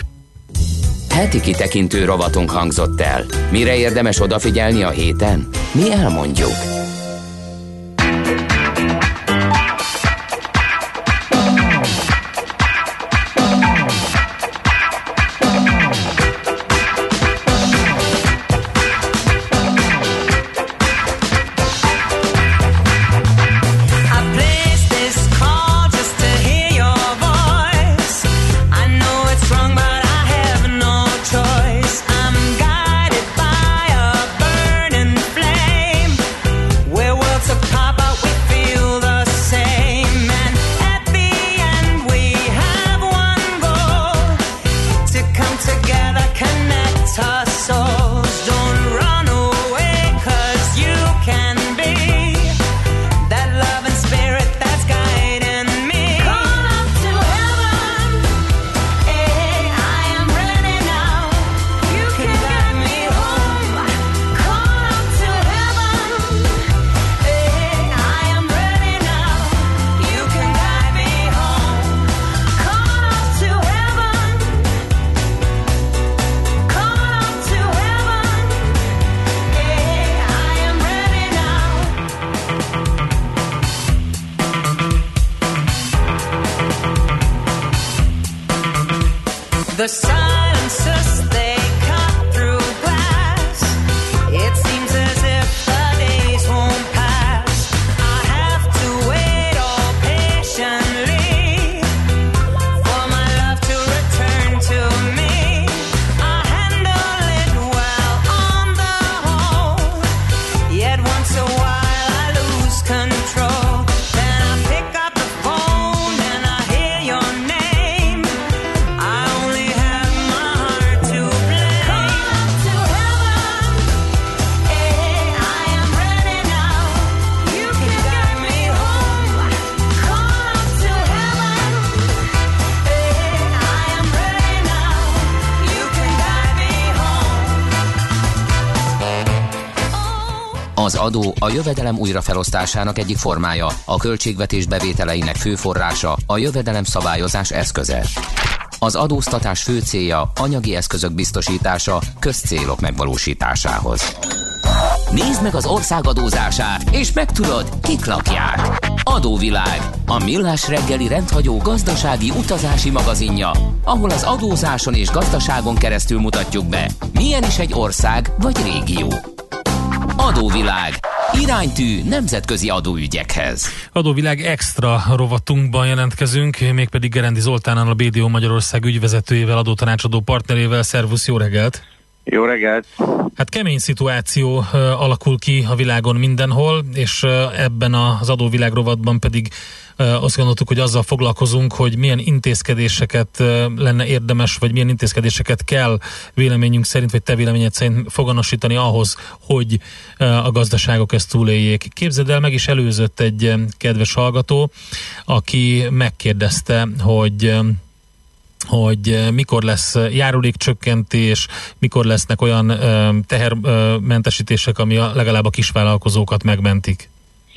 [SPEAKER 1] Heti kitekintő rovatunk hangzott el. Mire érdemes odafigyelni a héten? Mi elmondjuk.
[SPEAKER 14] I'm guided by a burning flame.
[SPEAKER 1] Az adó a jövedelem újrafelosztásának egyik formája, a költségvetés bevételeinek fő forrása, a jövedelem szabályozás eszköze. Az adóztatás fő célja anyagi eszközök biztosítása közcélok megvalósításához. Nézd meg az ország adózását, és megtudod, kik lakják. Adóvilág, a millás reggeli rendhagyó gazdasági utazási magazinja, ahol az adózáson és gazdaságon keresztül mutatjuk be, milyen is egy ország vagy régió. Adóvilág. Iránytű nemzetközi adóügyekhez.
[SPEAKER 4] Adóvilág extra rovatunkban jelentkezünk, mégpedig Gerendi Zoltánnal, a bé dé o Magyarország ügyvezetőjével, adótanácsadó partnerével. Szervusz, jó reggelt!
[SPEAKER 21] Jó reggelt!
[SPEAKER 4] Hát kemény szituáció uh, alakul ki a világon mindenhol, és uh, ebben az adóvilág rovatban pedig uh, azt gondoltuk, hogy azzal foglalkozunk, hogy milyen intézkedéseket uh, lenne érdemes, vagy milyen intézkedéseket kell véleményünk szerint, vagy te véleményed szerint foganosítani ahhoz, hogy uh, a gazdaságok ezt túléljék. Képzeld el, meg is előzött egy uh, kedves hallgató, aki megkérdezte, hogy uh, hogy mikor lesz járulékcsökkentés, mikor lesznek olyan ö, tehermentesítések, ami a, legalább a kisvállalkozókat megmentik.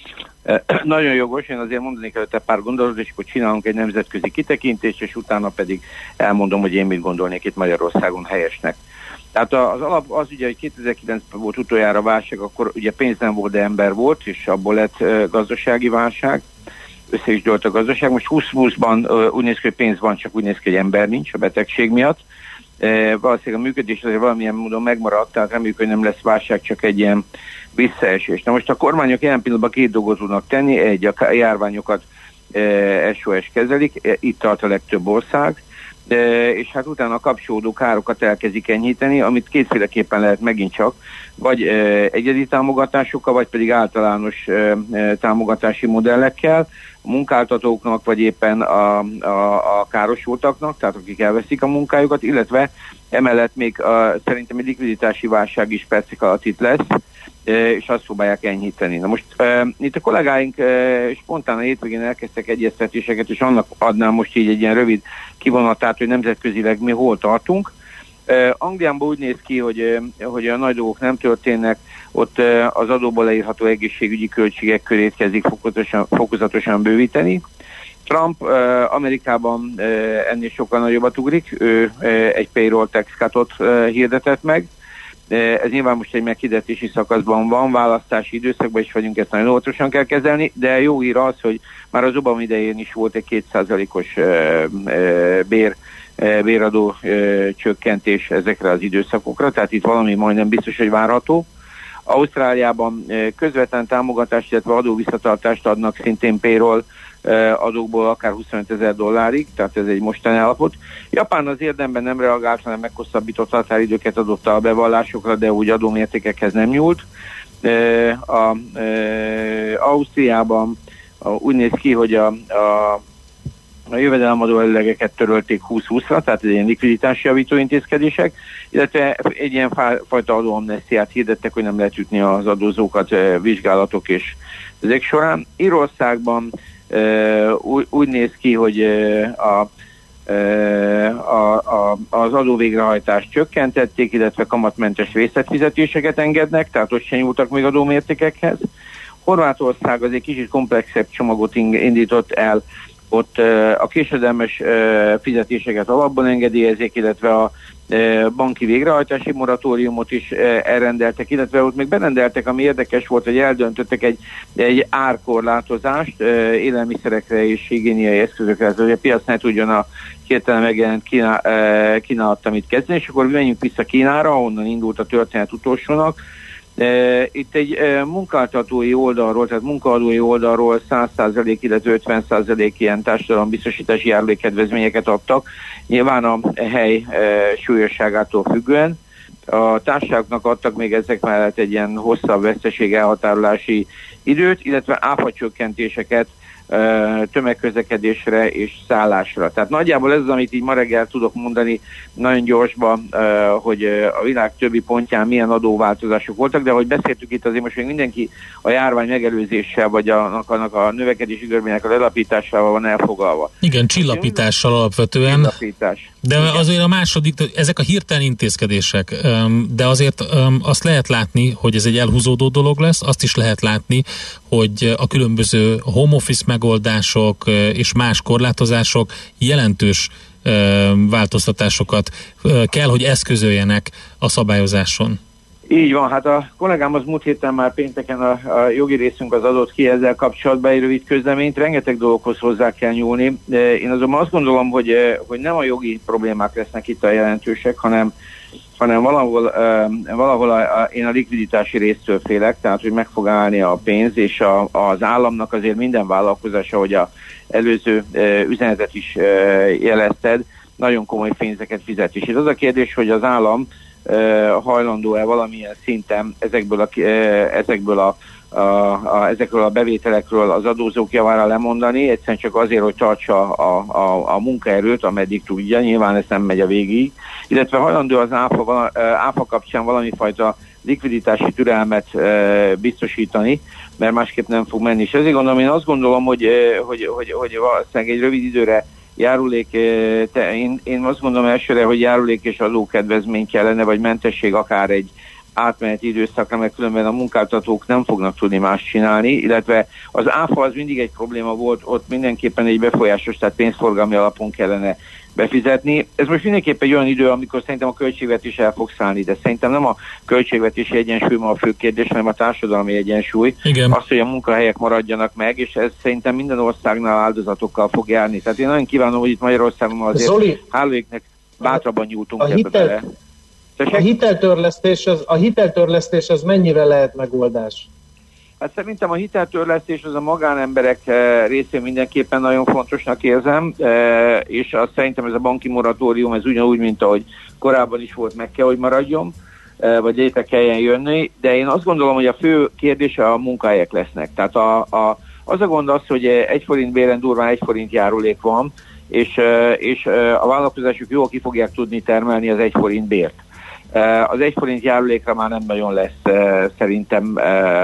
[SPEAKER 21] Nagyon jogos, én azért mondanék előtte pár gondolatot, és akkor csinálunk egy nemzetközi kitekintést, és utána pedig elmondom, hogy én mit gondolnék itt Magyarországon helyesnek. Tehát az alap az ugye, hogy kétezer-kilencben volt utoljára válság, akkor ugye pénz nem volt, de ember volt, és abból lett gazdasági válság. Össze is dőlt a gazdaság. Most húsz-húszban uh, úgy néz ki, hogy pénz van, csak úgy néz ki, hogy ember nincs a betegség miatt. Uh, valószínűleg a működés azért valamilyen módon megmaradt, tehát reméljük, hogy nem lesz válság, csak egy ilyen visszaesés. Na most a kormányok ilyen pillanatban két dolgot tudnak tenni. Egy, a járványokat uh, es o es kezelik, itt tart a legtöbb ország, uh, és hát utána a kapcsolódó károkat elkezdik enyhíteni, amit kétféleképpen lehet megint csak, vagy uh, egyedi támogatásokkal, vagy pedig általános uh, támogatási modellekkel, a munkáltatóknak, vagy éppen a, a, a károsultaknak, tehát akik elveszik a munkájukat, illetve emellett még a, szerintem egy likviditási válság is percek alatt itt lesz, e, és azt próbálják enyhíteni. Na most e, itt a kollégáink e, spontán a hétvégén elkezdtek egyeztetéseket, és annak adnám most így egy ilyen rövid kivonatát, hogy nemzetközileg mi hol tartunk. Uh, Angliában úgy néz ki, hogy, uh, hogy a nagy dolgok nem történnek, ott uh, az adóból leírható egészségügyi költségek körét kezdik fokozatosan, fokozatosan bővíteni. Trump uh, Amerikában uh, ennél sokkal nagyobbat ugrik, ő uh, egy payroll tax cutot uh, hirdetett meg. Uh, ez nyilván most egy meghirdetési szakaszban van, választási időszakban is vagyunk, ezt nagyon óvatosan kell kezelni, de jó hír az, hogy már az Obama idején is volt egy két százalékos uh, uh, bér béradó ö, csökkentés ezekre az időszakokra, tehát itt valami majdnem biztos, hogy várható. Ausztráliában ö, közvetlen támogatást, illetve adóvisszatartást adnak szintén payroll ö, adókból akár huszonöt ezer dollárig, tehát ez egy mostani állapot. Japán az érdemben nem reagált, hanem meghosszabbított határidőket adott a bevallásokra, de úgy adómértékekhez nem nyúlt. Ö, a, ö, Ausztriában a, úgy néz ki, hogy a, a A jövedelemadó előlegeket törölték húsz-húszra, tehát ez ilyen likviditási javító intézkedések, illetve egy ilyen fajta adóamnesztiát hirdettek, hogy nem lehet ütni az adózókat vizsgálatok és ezek során. Írországban e, úgy, úgy néz ki, hogy a, a, a, az adóvégrehajtást csökkentették, illetve kamatmentes részletfizetéseket engednek, tehát ott sem nyúltak még adómértékekhez. Horvátország az egy kicsit komplexebb csomagot indított el, ott uh, a késedelmes uh, fizetéseket alapban engedélyezik, illetve a uh, banki végrehajtási moratóriumot is uh, elrendeltek, illetve ott még berendeltek, ami érdekes volt, hogy eldöntöttek egy, egy árkorlátozást uh, élelmiszerekre és higiéniai eszközökre, hogy a piac ne tudjon a hirtelen megjelent Kína, uh, kínálat, amit kezdeni, és akkor menjünk vissza Kínára, ahonnan indult a történet utolsónak. Itt egy munkáltatói oldalról, tehát munkaadói oldalról száz százalék, illetve ötven százalék ilyen társadalombiztosítási járulékkedvezményeket adtak, nyilván a hely súlyosságától függően. A társaságoknak adtak még ezek mellett egy ilyen hosszabb veszteség elhatárolási időt, hogy áfacsökkentéseket tömegközlekedésre és szállásra. Tehát nagyjából ez az, amit így ma reggel tudok mondani nagyon gyorsban, hogy a világ többi pontján milyen adóváltozások voltak, de ahogy beszéltük itt, azért most még mindenki a járvány megelőzéssel, vagy annak, annak a növekedési görbének a lelapításával van elfogalva.
[SPEAKER 4] Igen, csillapítással alapvetően.
[SPEAKER 21] Csillapítás.
[SPEAKER 4] De igen. Azért a második, ezek a hirtelen intézkedések, de azért azt lehet látni, hogy ez egy elhúzódó dolog lesz, azt is lehet látni, hogy a különböző home office megoldások és más korlátozások jelentős változtatásokat kell, hogy eszközöljenek a szabályozáson.
[SPEAKER 21] Így van, hát a kollégám az múlt héten már pénteken a, a jogi részünk az adott ki ezzel kapcsolatban egy rövid közleményt, rengeteg dologhoz hozzá kell nyúlni. Én azonban azt gondolom, hogy, hogy nem a jogi problémák lesznek itt a jelentősek, hanem, hanem valahol, valahol a, a, én a likviditási résztől félek, tehát hogy meg fog állni a pénz, és a, az államnak azért minden vállalkozás, ahogy az előző üzenetet is jelezted, nagyon komoly pénzeket fizet. És itt az a kérdés, hogy az állam Uh, hajlandó-e valamilyen szinten ezekből a, uh, ezekből a, a, a, ezekről a bevételekről az adózók javára lemondani, egyszerűen csak azért, hogy tartsa a, a, a munkaerőt, ameddig tudja, nyilván ez nem megy a végig, illetve hajlandó az áfa, vala, uh, áfa kapcsán valami fajta likviditási türelmet uh, biztosítani, mert másképp nem fog menni. És ezért gondolom, én azt gondolom, hogy, uh, hogy, hogy, hogy valószínűleg egy rövid időre járulék, te, én, én azt gondolom elsőre, hogy járulék és adókedvezmény kellene, vagy mentesség akár egy átmeneti időszakra, mert különben a munkáltatók nem fognak tudni más csinálni, illetve az áfa az mindig egy probléma volt, ott mindenképpen egy befolyásos, tehát pénzforgalmi alapon kellene befizetni. Ez most mindenképpen egy olyan idő, amikor szerintem a költségvetés el fog szállni, de szerintem nem a költségvetési egyensúly ma a fő kérdés, hanem a társadalmi egyensúly.
[SPEAKER 4] Igen.
[SPEAKER 21] Az, hogy a munkahelyek maradjanak meg, és ez szerintem minden országnál áldozatokkal fog járni. Tehát én nagyon kívánom, hogy itt Magyarországon azért hálóiknek bátrabban nyújtunk ebbe hitel, bele.
[SPEAKER 3] A hiteltörlesztés, az, a hiteltörlesztés az mennyire lehet megoldás?
[SPEAKER 21] Hát szerintem a hiteltörlesztés az a magánemberek részén mindenképpen nagyon fontosnak érzem, és azt szerintem ez a banki moratórium, ez ugyanúgy, mint ahogy korábban is volt, meg kell, hogy maradjon, vagy létre kelljen jönni, de én azt gondolom, hogy a fő kérdése a munkahelyek lesznek. Tehát a, a, az a gond az, hogy egy forint béren durván egy forint járulék van, és, és a vállalkozások jól ki fogják tudni termelni az egy forint bért. Az egy forint járulékra már nem nagyon lesz szerintem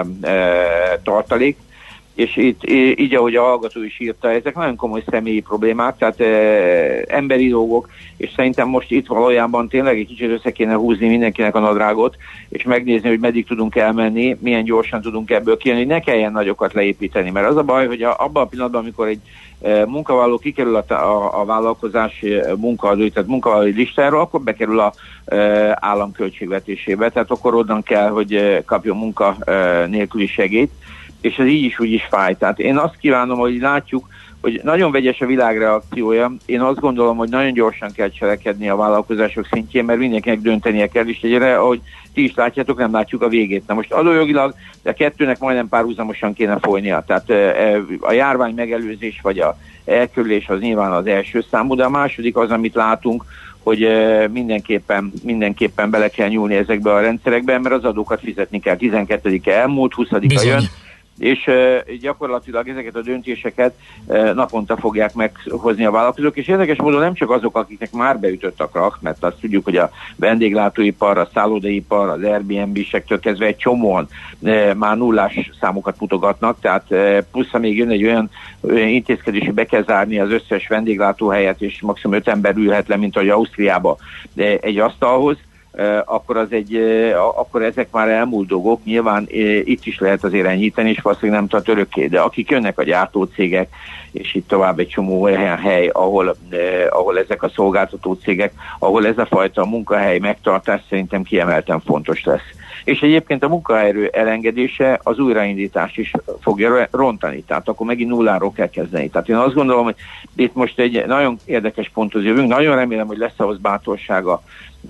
[SPEAKER 21] tartalék, és itt így, ahogy a hallgató is írta, ezek nagyon komoly személyi problémák, tehát emberi dolgok, és szerintem most itt valójában tényleg egy kicsit össze kéne húzni mindenkinek a nadrágot, és megnézni, hogy meddig tudunk elmenni, milyen gyorsan tudunk ebből kijönni, hogy ne kelljen nagyokat leépíteni, mert az a baj, hogy a, abban a pillanatban, amikor egy munkavállaló kikerül a, a, a vállalkozás munkaadói, tehát munkavállalói listáról, akkor bekerül a e, állam költségvetésébe, tehát akkor onnan kell, hogy kapjon munka e, nélküli segélyt, és ez így is úgy is fáj. Tehát én azt kívánom, hogy látjuk, hogy nagyon vegyes a világreakciója. Én azt gondolom, hogy nagyon gyorsan kell cselekedni a vállalkozások szintjén, mert mindenkinek döntenie kell, és egyre, ahogy ti is látjátok, nem látjuk a végét. Na most adójogilag, de a kettőnek majdnem párhuzamosan kéne folynia. Tehát a járvány megelőzés vagy a elkerülés az nyilván az első számú, de a második az, amit látunk, hogy mindenképpen, mindenképpen bele kell nyúlni ezekbe a rendszerekbe, mert az adókat fizetni kell. tizenkettedike elmúlt, huszadika jön, és uh, gyakorlatilag ezeket a döntéseket uh, naponta fogják meghozni a vállalkozók, és érdekes módon nem csak azok, akiknek már beütött a krach, mert azt tudjuk, hogy a vendéglátóipar, a szállodaipar, az Airbnb-sektől kezdve egy csomóan uh, már nullás számokat mutogatnak, tehát uh, plusz, ha még jön egy olyan, olyan intézkedés, hogy be kell zárni az összes vendéglátóhelyet, és maximum öt ember ülhet le, mint ahogy Ausztriába egy asztalhoz, Uh, akkor, az egy, uh, akkor ezek már elmúlt dolgok, nyilván uh, itt is lehet azért enyhíteni, és valószínűleg nem tart örökké, de akik jönnek a gyártócégek, és itt tovább egy csomó olyan hely, ahol, uh, ahol ezek a szolgáltató cégek, ahol ez a fajta munkahely megtartás szerintem kiemelten fontos lesz. És egyébként a munkaerő elengedése az újraindítást is fogja rontani, tehát akkor megint nulláról kell kezdeni. Tehát én azt gondolom, hogy itt most egy nagyon érdekes ponthoz jövünk, nagyon remélem, hogy lesz ahhoz bátorsága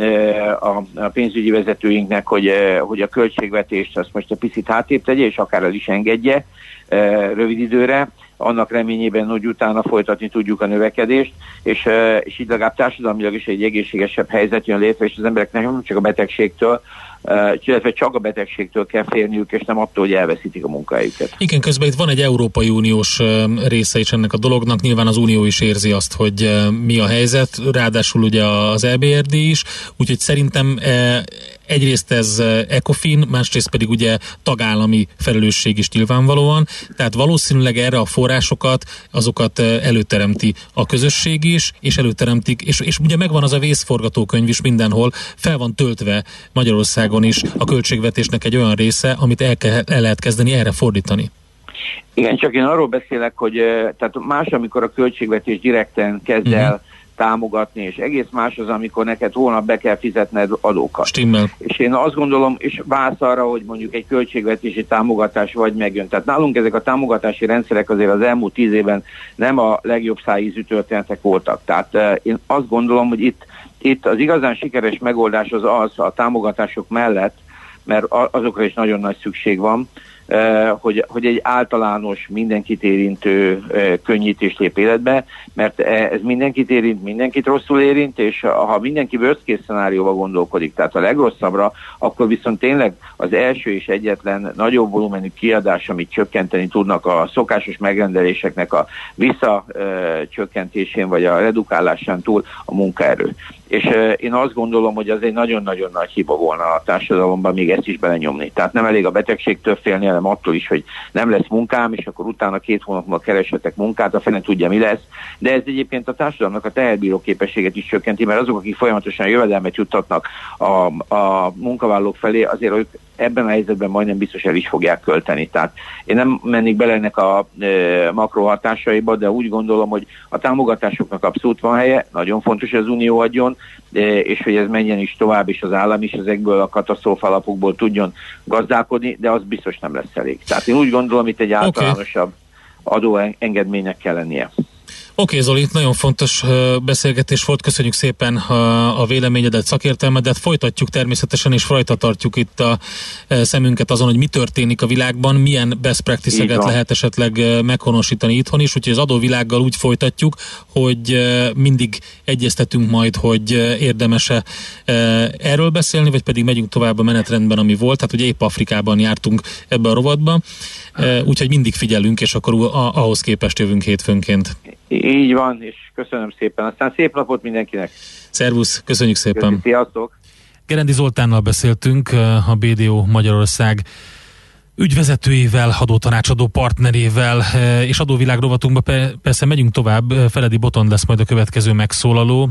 [SPEAKER 21] a pénzügyi vezetőinknek, hogy, hogy a költségvetést azt most egy picit hátrébb tegye, és akár el is engedje rövid időre, annak reményében, hogy utána folytatni tudjuk a növekedést, és, és így legalább társadalmilag is egy egészségesebb helyzet jön létre, és az embereknek nem csak a betegségtől, illetve csak a betegségtől kell félniük, és nem attól, hogy elveszítik a munkahelyüket.
[SPEAKER 4] Igen, közben itt van egy Európai Uniós része is ennek a dolognak, nyilván az Unió is érzi azt, hogy mi a helyzet, ráadásul ugye az é bé er dé is, úgyhogy szerintem egyrészt ez ECOFIN, másrészt pedig ugye tagállami felelősség is nyilvánvalóan, tehát valószínűleg erre a forrásokat, azokat előteremti a közösség is, és előteremtik, és, és ugye megvan az a vészforgatókönyv is mindenhol, fel van töltve Magyarországon is a költségvetésnek egy olyan része, amit el, ke- el lehet kezdeni erre fordítani.
[SPEAKER 21] Igen, csak én arról beszélek, hogy tehát más, amikor a költségvetés direkten kezd el uh-huh. támogatni, és egész más az, amikor neked holnap be kell fizetned adókat.
[SPEAKER 4] Stimmel.
[SPEAKER 21] És én azt gondolom, és válsz arra, hogy mondjuk egy költségvetési támogatás vagy megjön. Tehát nálunk ezek a támogatási rendszerek azért az elmúlt tíz évben nem a legjobb szájízű történetek voltak. Tehát uh, én azt gondolom, hogy itt, itt az igazán sikeres megoldás az az a támogatások mellett, mert azokra is nagyon nagy szükség van, Hogy, hogy egy általános, mindenkit érintő könnyítést lép életbe, mert ez mindenkit érint, mindenkit rosszul érint, és ha mindenki worst case szenárióba gondolkodik, tehát a legrosszabbra, akkor viszont tényleg az első és egyetlen nagyobb volumenű kiadás, amit csökkenteni tudnak a szokásos megrendeléseknek a visszacsökkentésén vagy a redukálásán túl a munkaerő. És uh, én azt gondolom, hogy az egy nagyon-nagyon nagy hiba volna a társadalomban még ezt is belenyomni. Tehát nem elég a betegségtől félni, hanem attól is, hogy nem lesz munkám, és akkor utána két hónapban kereshetek munkát, a fene tudja, mi lesz. De ez egyébként a társadalomnak a teherbíró képességet is csökkenti, mert azok, akik folyamatosan jövedelmet juttatnak a, a munkavállalók felé, azért ők ebben a helyzetben majdnem biztos el is fogják költeni. Tehát én nem mennék bele ennek a e, makrohatásaiba, de úgy gondolom, hogy a támogatásoknak abszolút van helye, nagyon fontos, hogy az Unió adjon, e, és hogy ez menjen is tovább, és az állam is ezekből a katasztrófa alapokból tudjon gazdálkodni, de az biztos nem lesz elég. Tehát én úgy gondolom, itt egy általánosabb okay. adóengedménynek kell lennie.
[SPEAKER 4] Oké, okay, Zoli, nagyon fontos beszélgetés volt, köszönjük szépen a, a véleményedet, szakértelmedet, folytatjuk természetesen, és rajta tartjuk itt a szemünket azon, hogy mi történik a világban, milyen best practice-eket lehet esetleg meghonosítani itthon is, úgyhogy az adóvilággal úgy folytatjuk, hogy mindig egyeztetünk majd, hogy érdemes-e erről beszélni, vagy pedig megyünk tovább a menetrendben, ami volt, tehát ugye épp Afrikában jártunk ebbe a rovatba, úgyhogy mindig figyelünk, és akkor ahhoz képest jövünk hétfőnként.
[SPEAKER 21] Így van, és köszönöm szépen. Aztán szép napot mindenkinek.
[SPEAKER 4] Szervusz, köszönjük szépen.
[SPEAKER 21] Köszönjük, sziasztok.
[SPEAKER 4] Gerendi Zoltánnal beszéltünk, a bé dé o Magyarország ügyvezetőjével, adótanácsadó partnerével, és adóvilág rovatunkba persze megyünk tovább. Feledi Botond lesz majd a következő megszólaló,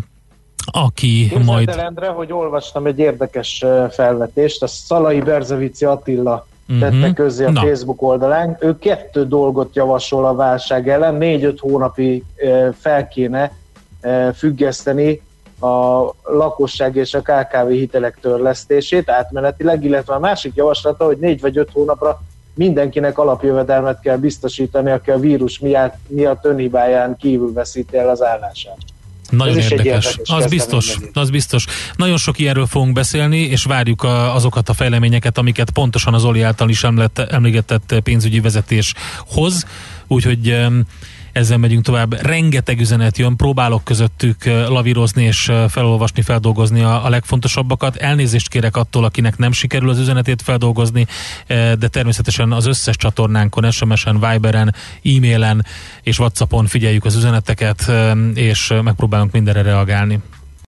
[SPEAKER 4] aki
[SPEAKER 3] Képzeld
[SPEAKER 4] majd...
[SPEAKER 3] el, Endre, hogy olvastam egy érdekes felvetést, a Szalai Berzevici Attila tette uh-huh. közzé a Na. Facebook oldalán. Ő kettő dolgot javasol a válság ellen, négy-öt hónapig fel kéne függeszteni a lakosság és a ká ká vé hitelek törlesztését átmenetileg, illetve a másik javaslata, hogy négy vagy öt hónapra mindenkinek alapjövedelmet kell biztosítani, aki a vírus miatt, miatt önhibáján kívül veszíti el az állását.
[SPEAKER 4] Nagyon érdekes. érdekes. Az biztos, az biztos. Nagyon sok ilyenről fogunk beszélni, és várjuk a, azokat a fejleményeket, amiket pontosan az Oli által is emlegetett pénzügyi vezetés hoz. Úgyhogy ezzel megyünk tovább. Rengeteg üzenet jön, próbálok közöttük lavírozni és felolvasni, feldolgozni a, a legfontosabbakat. Elnézést kérek attól, akinek nem sikerül az üzenetét feldolgozni, de természetesen az összes csatornánkon, es em es-en, Viberen, e-mailen és WhatsAppon figyeljük az üzeneteket, és megpróbálunk mindenre reagálni.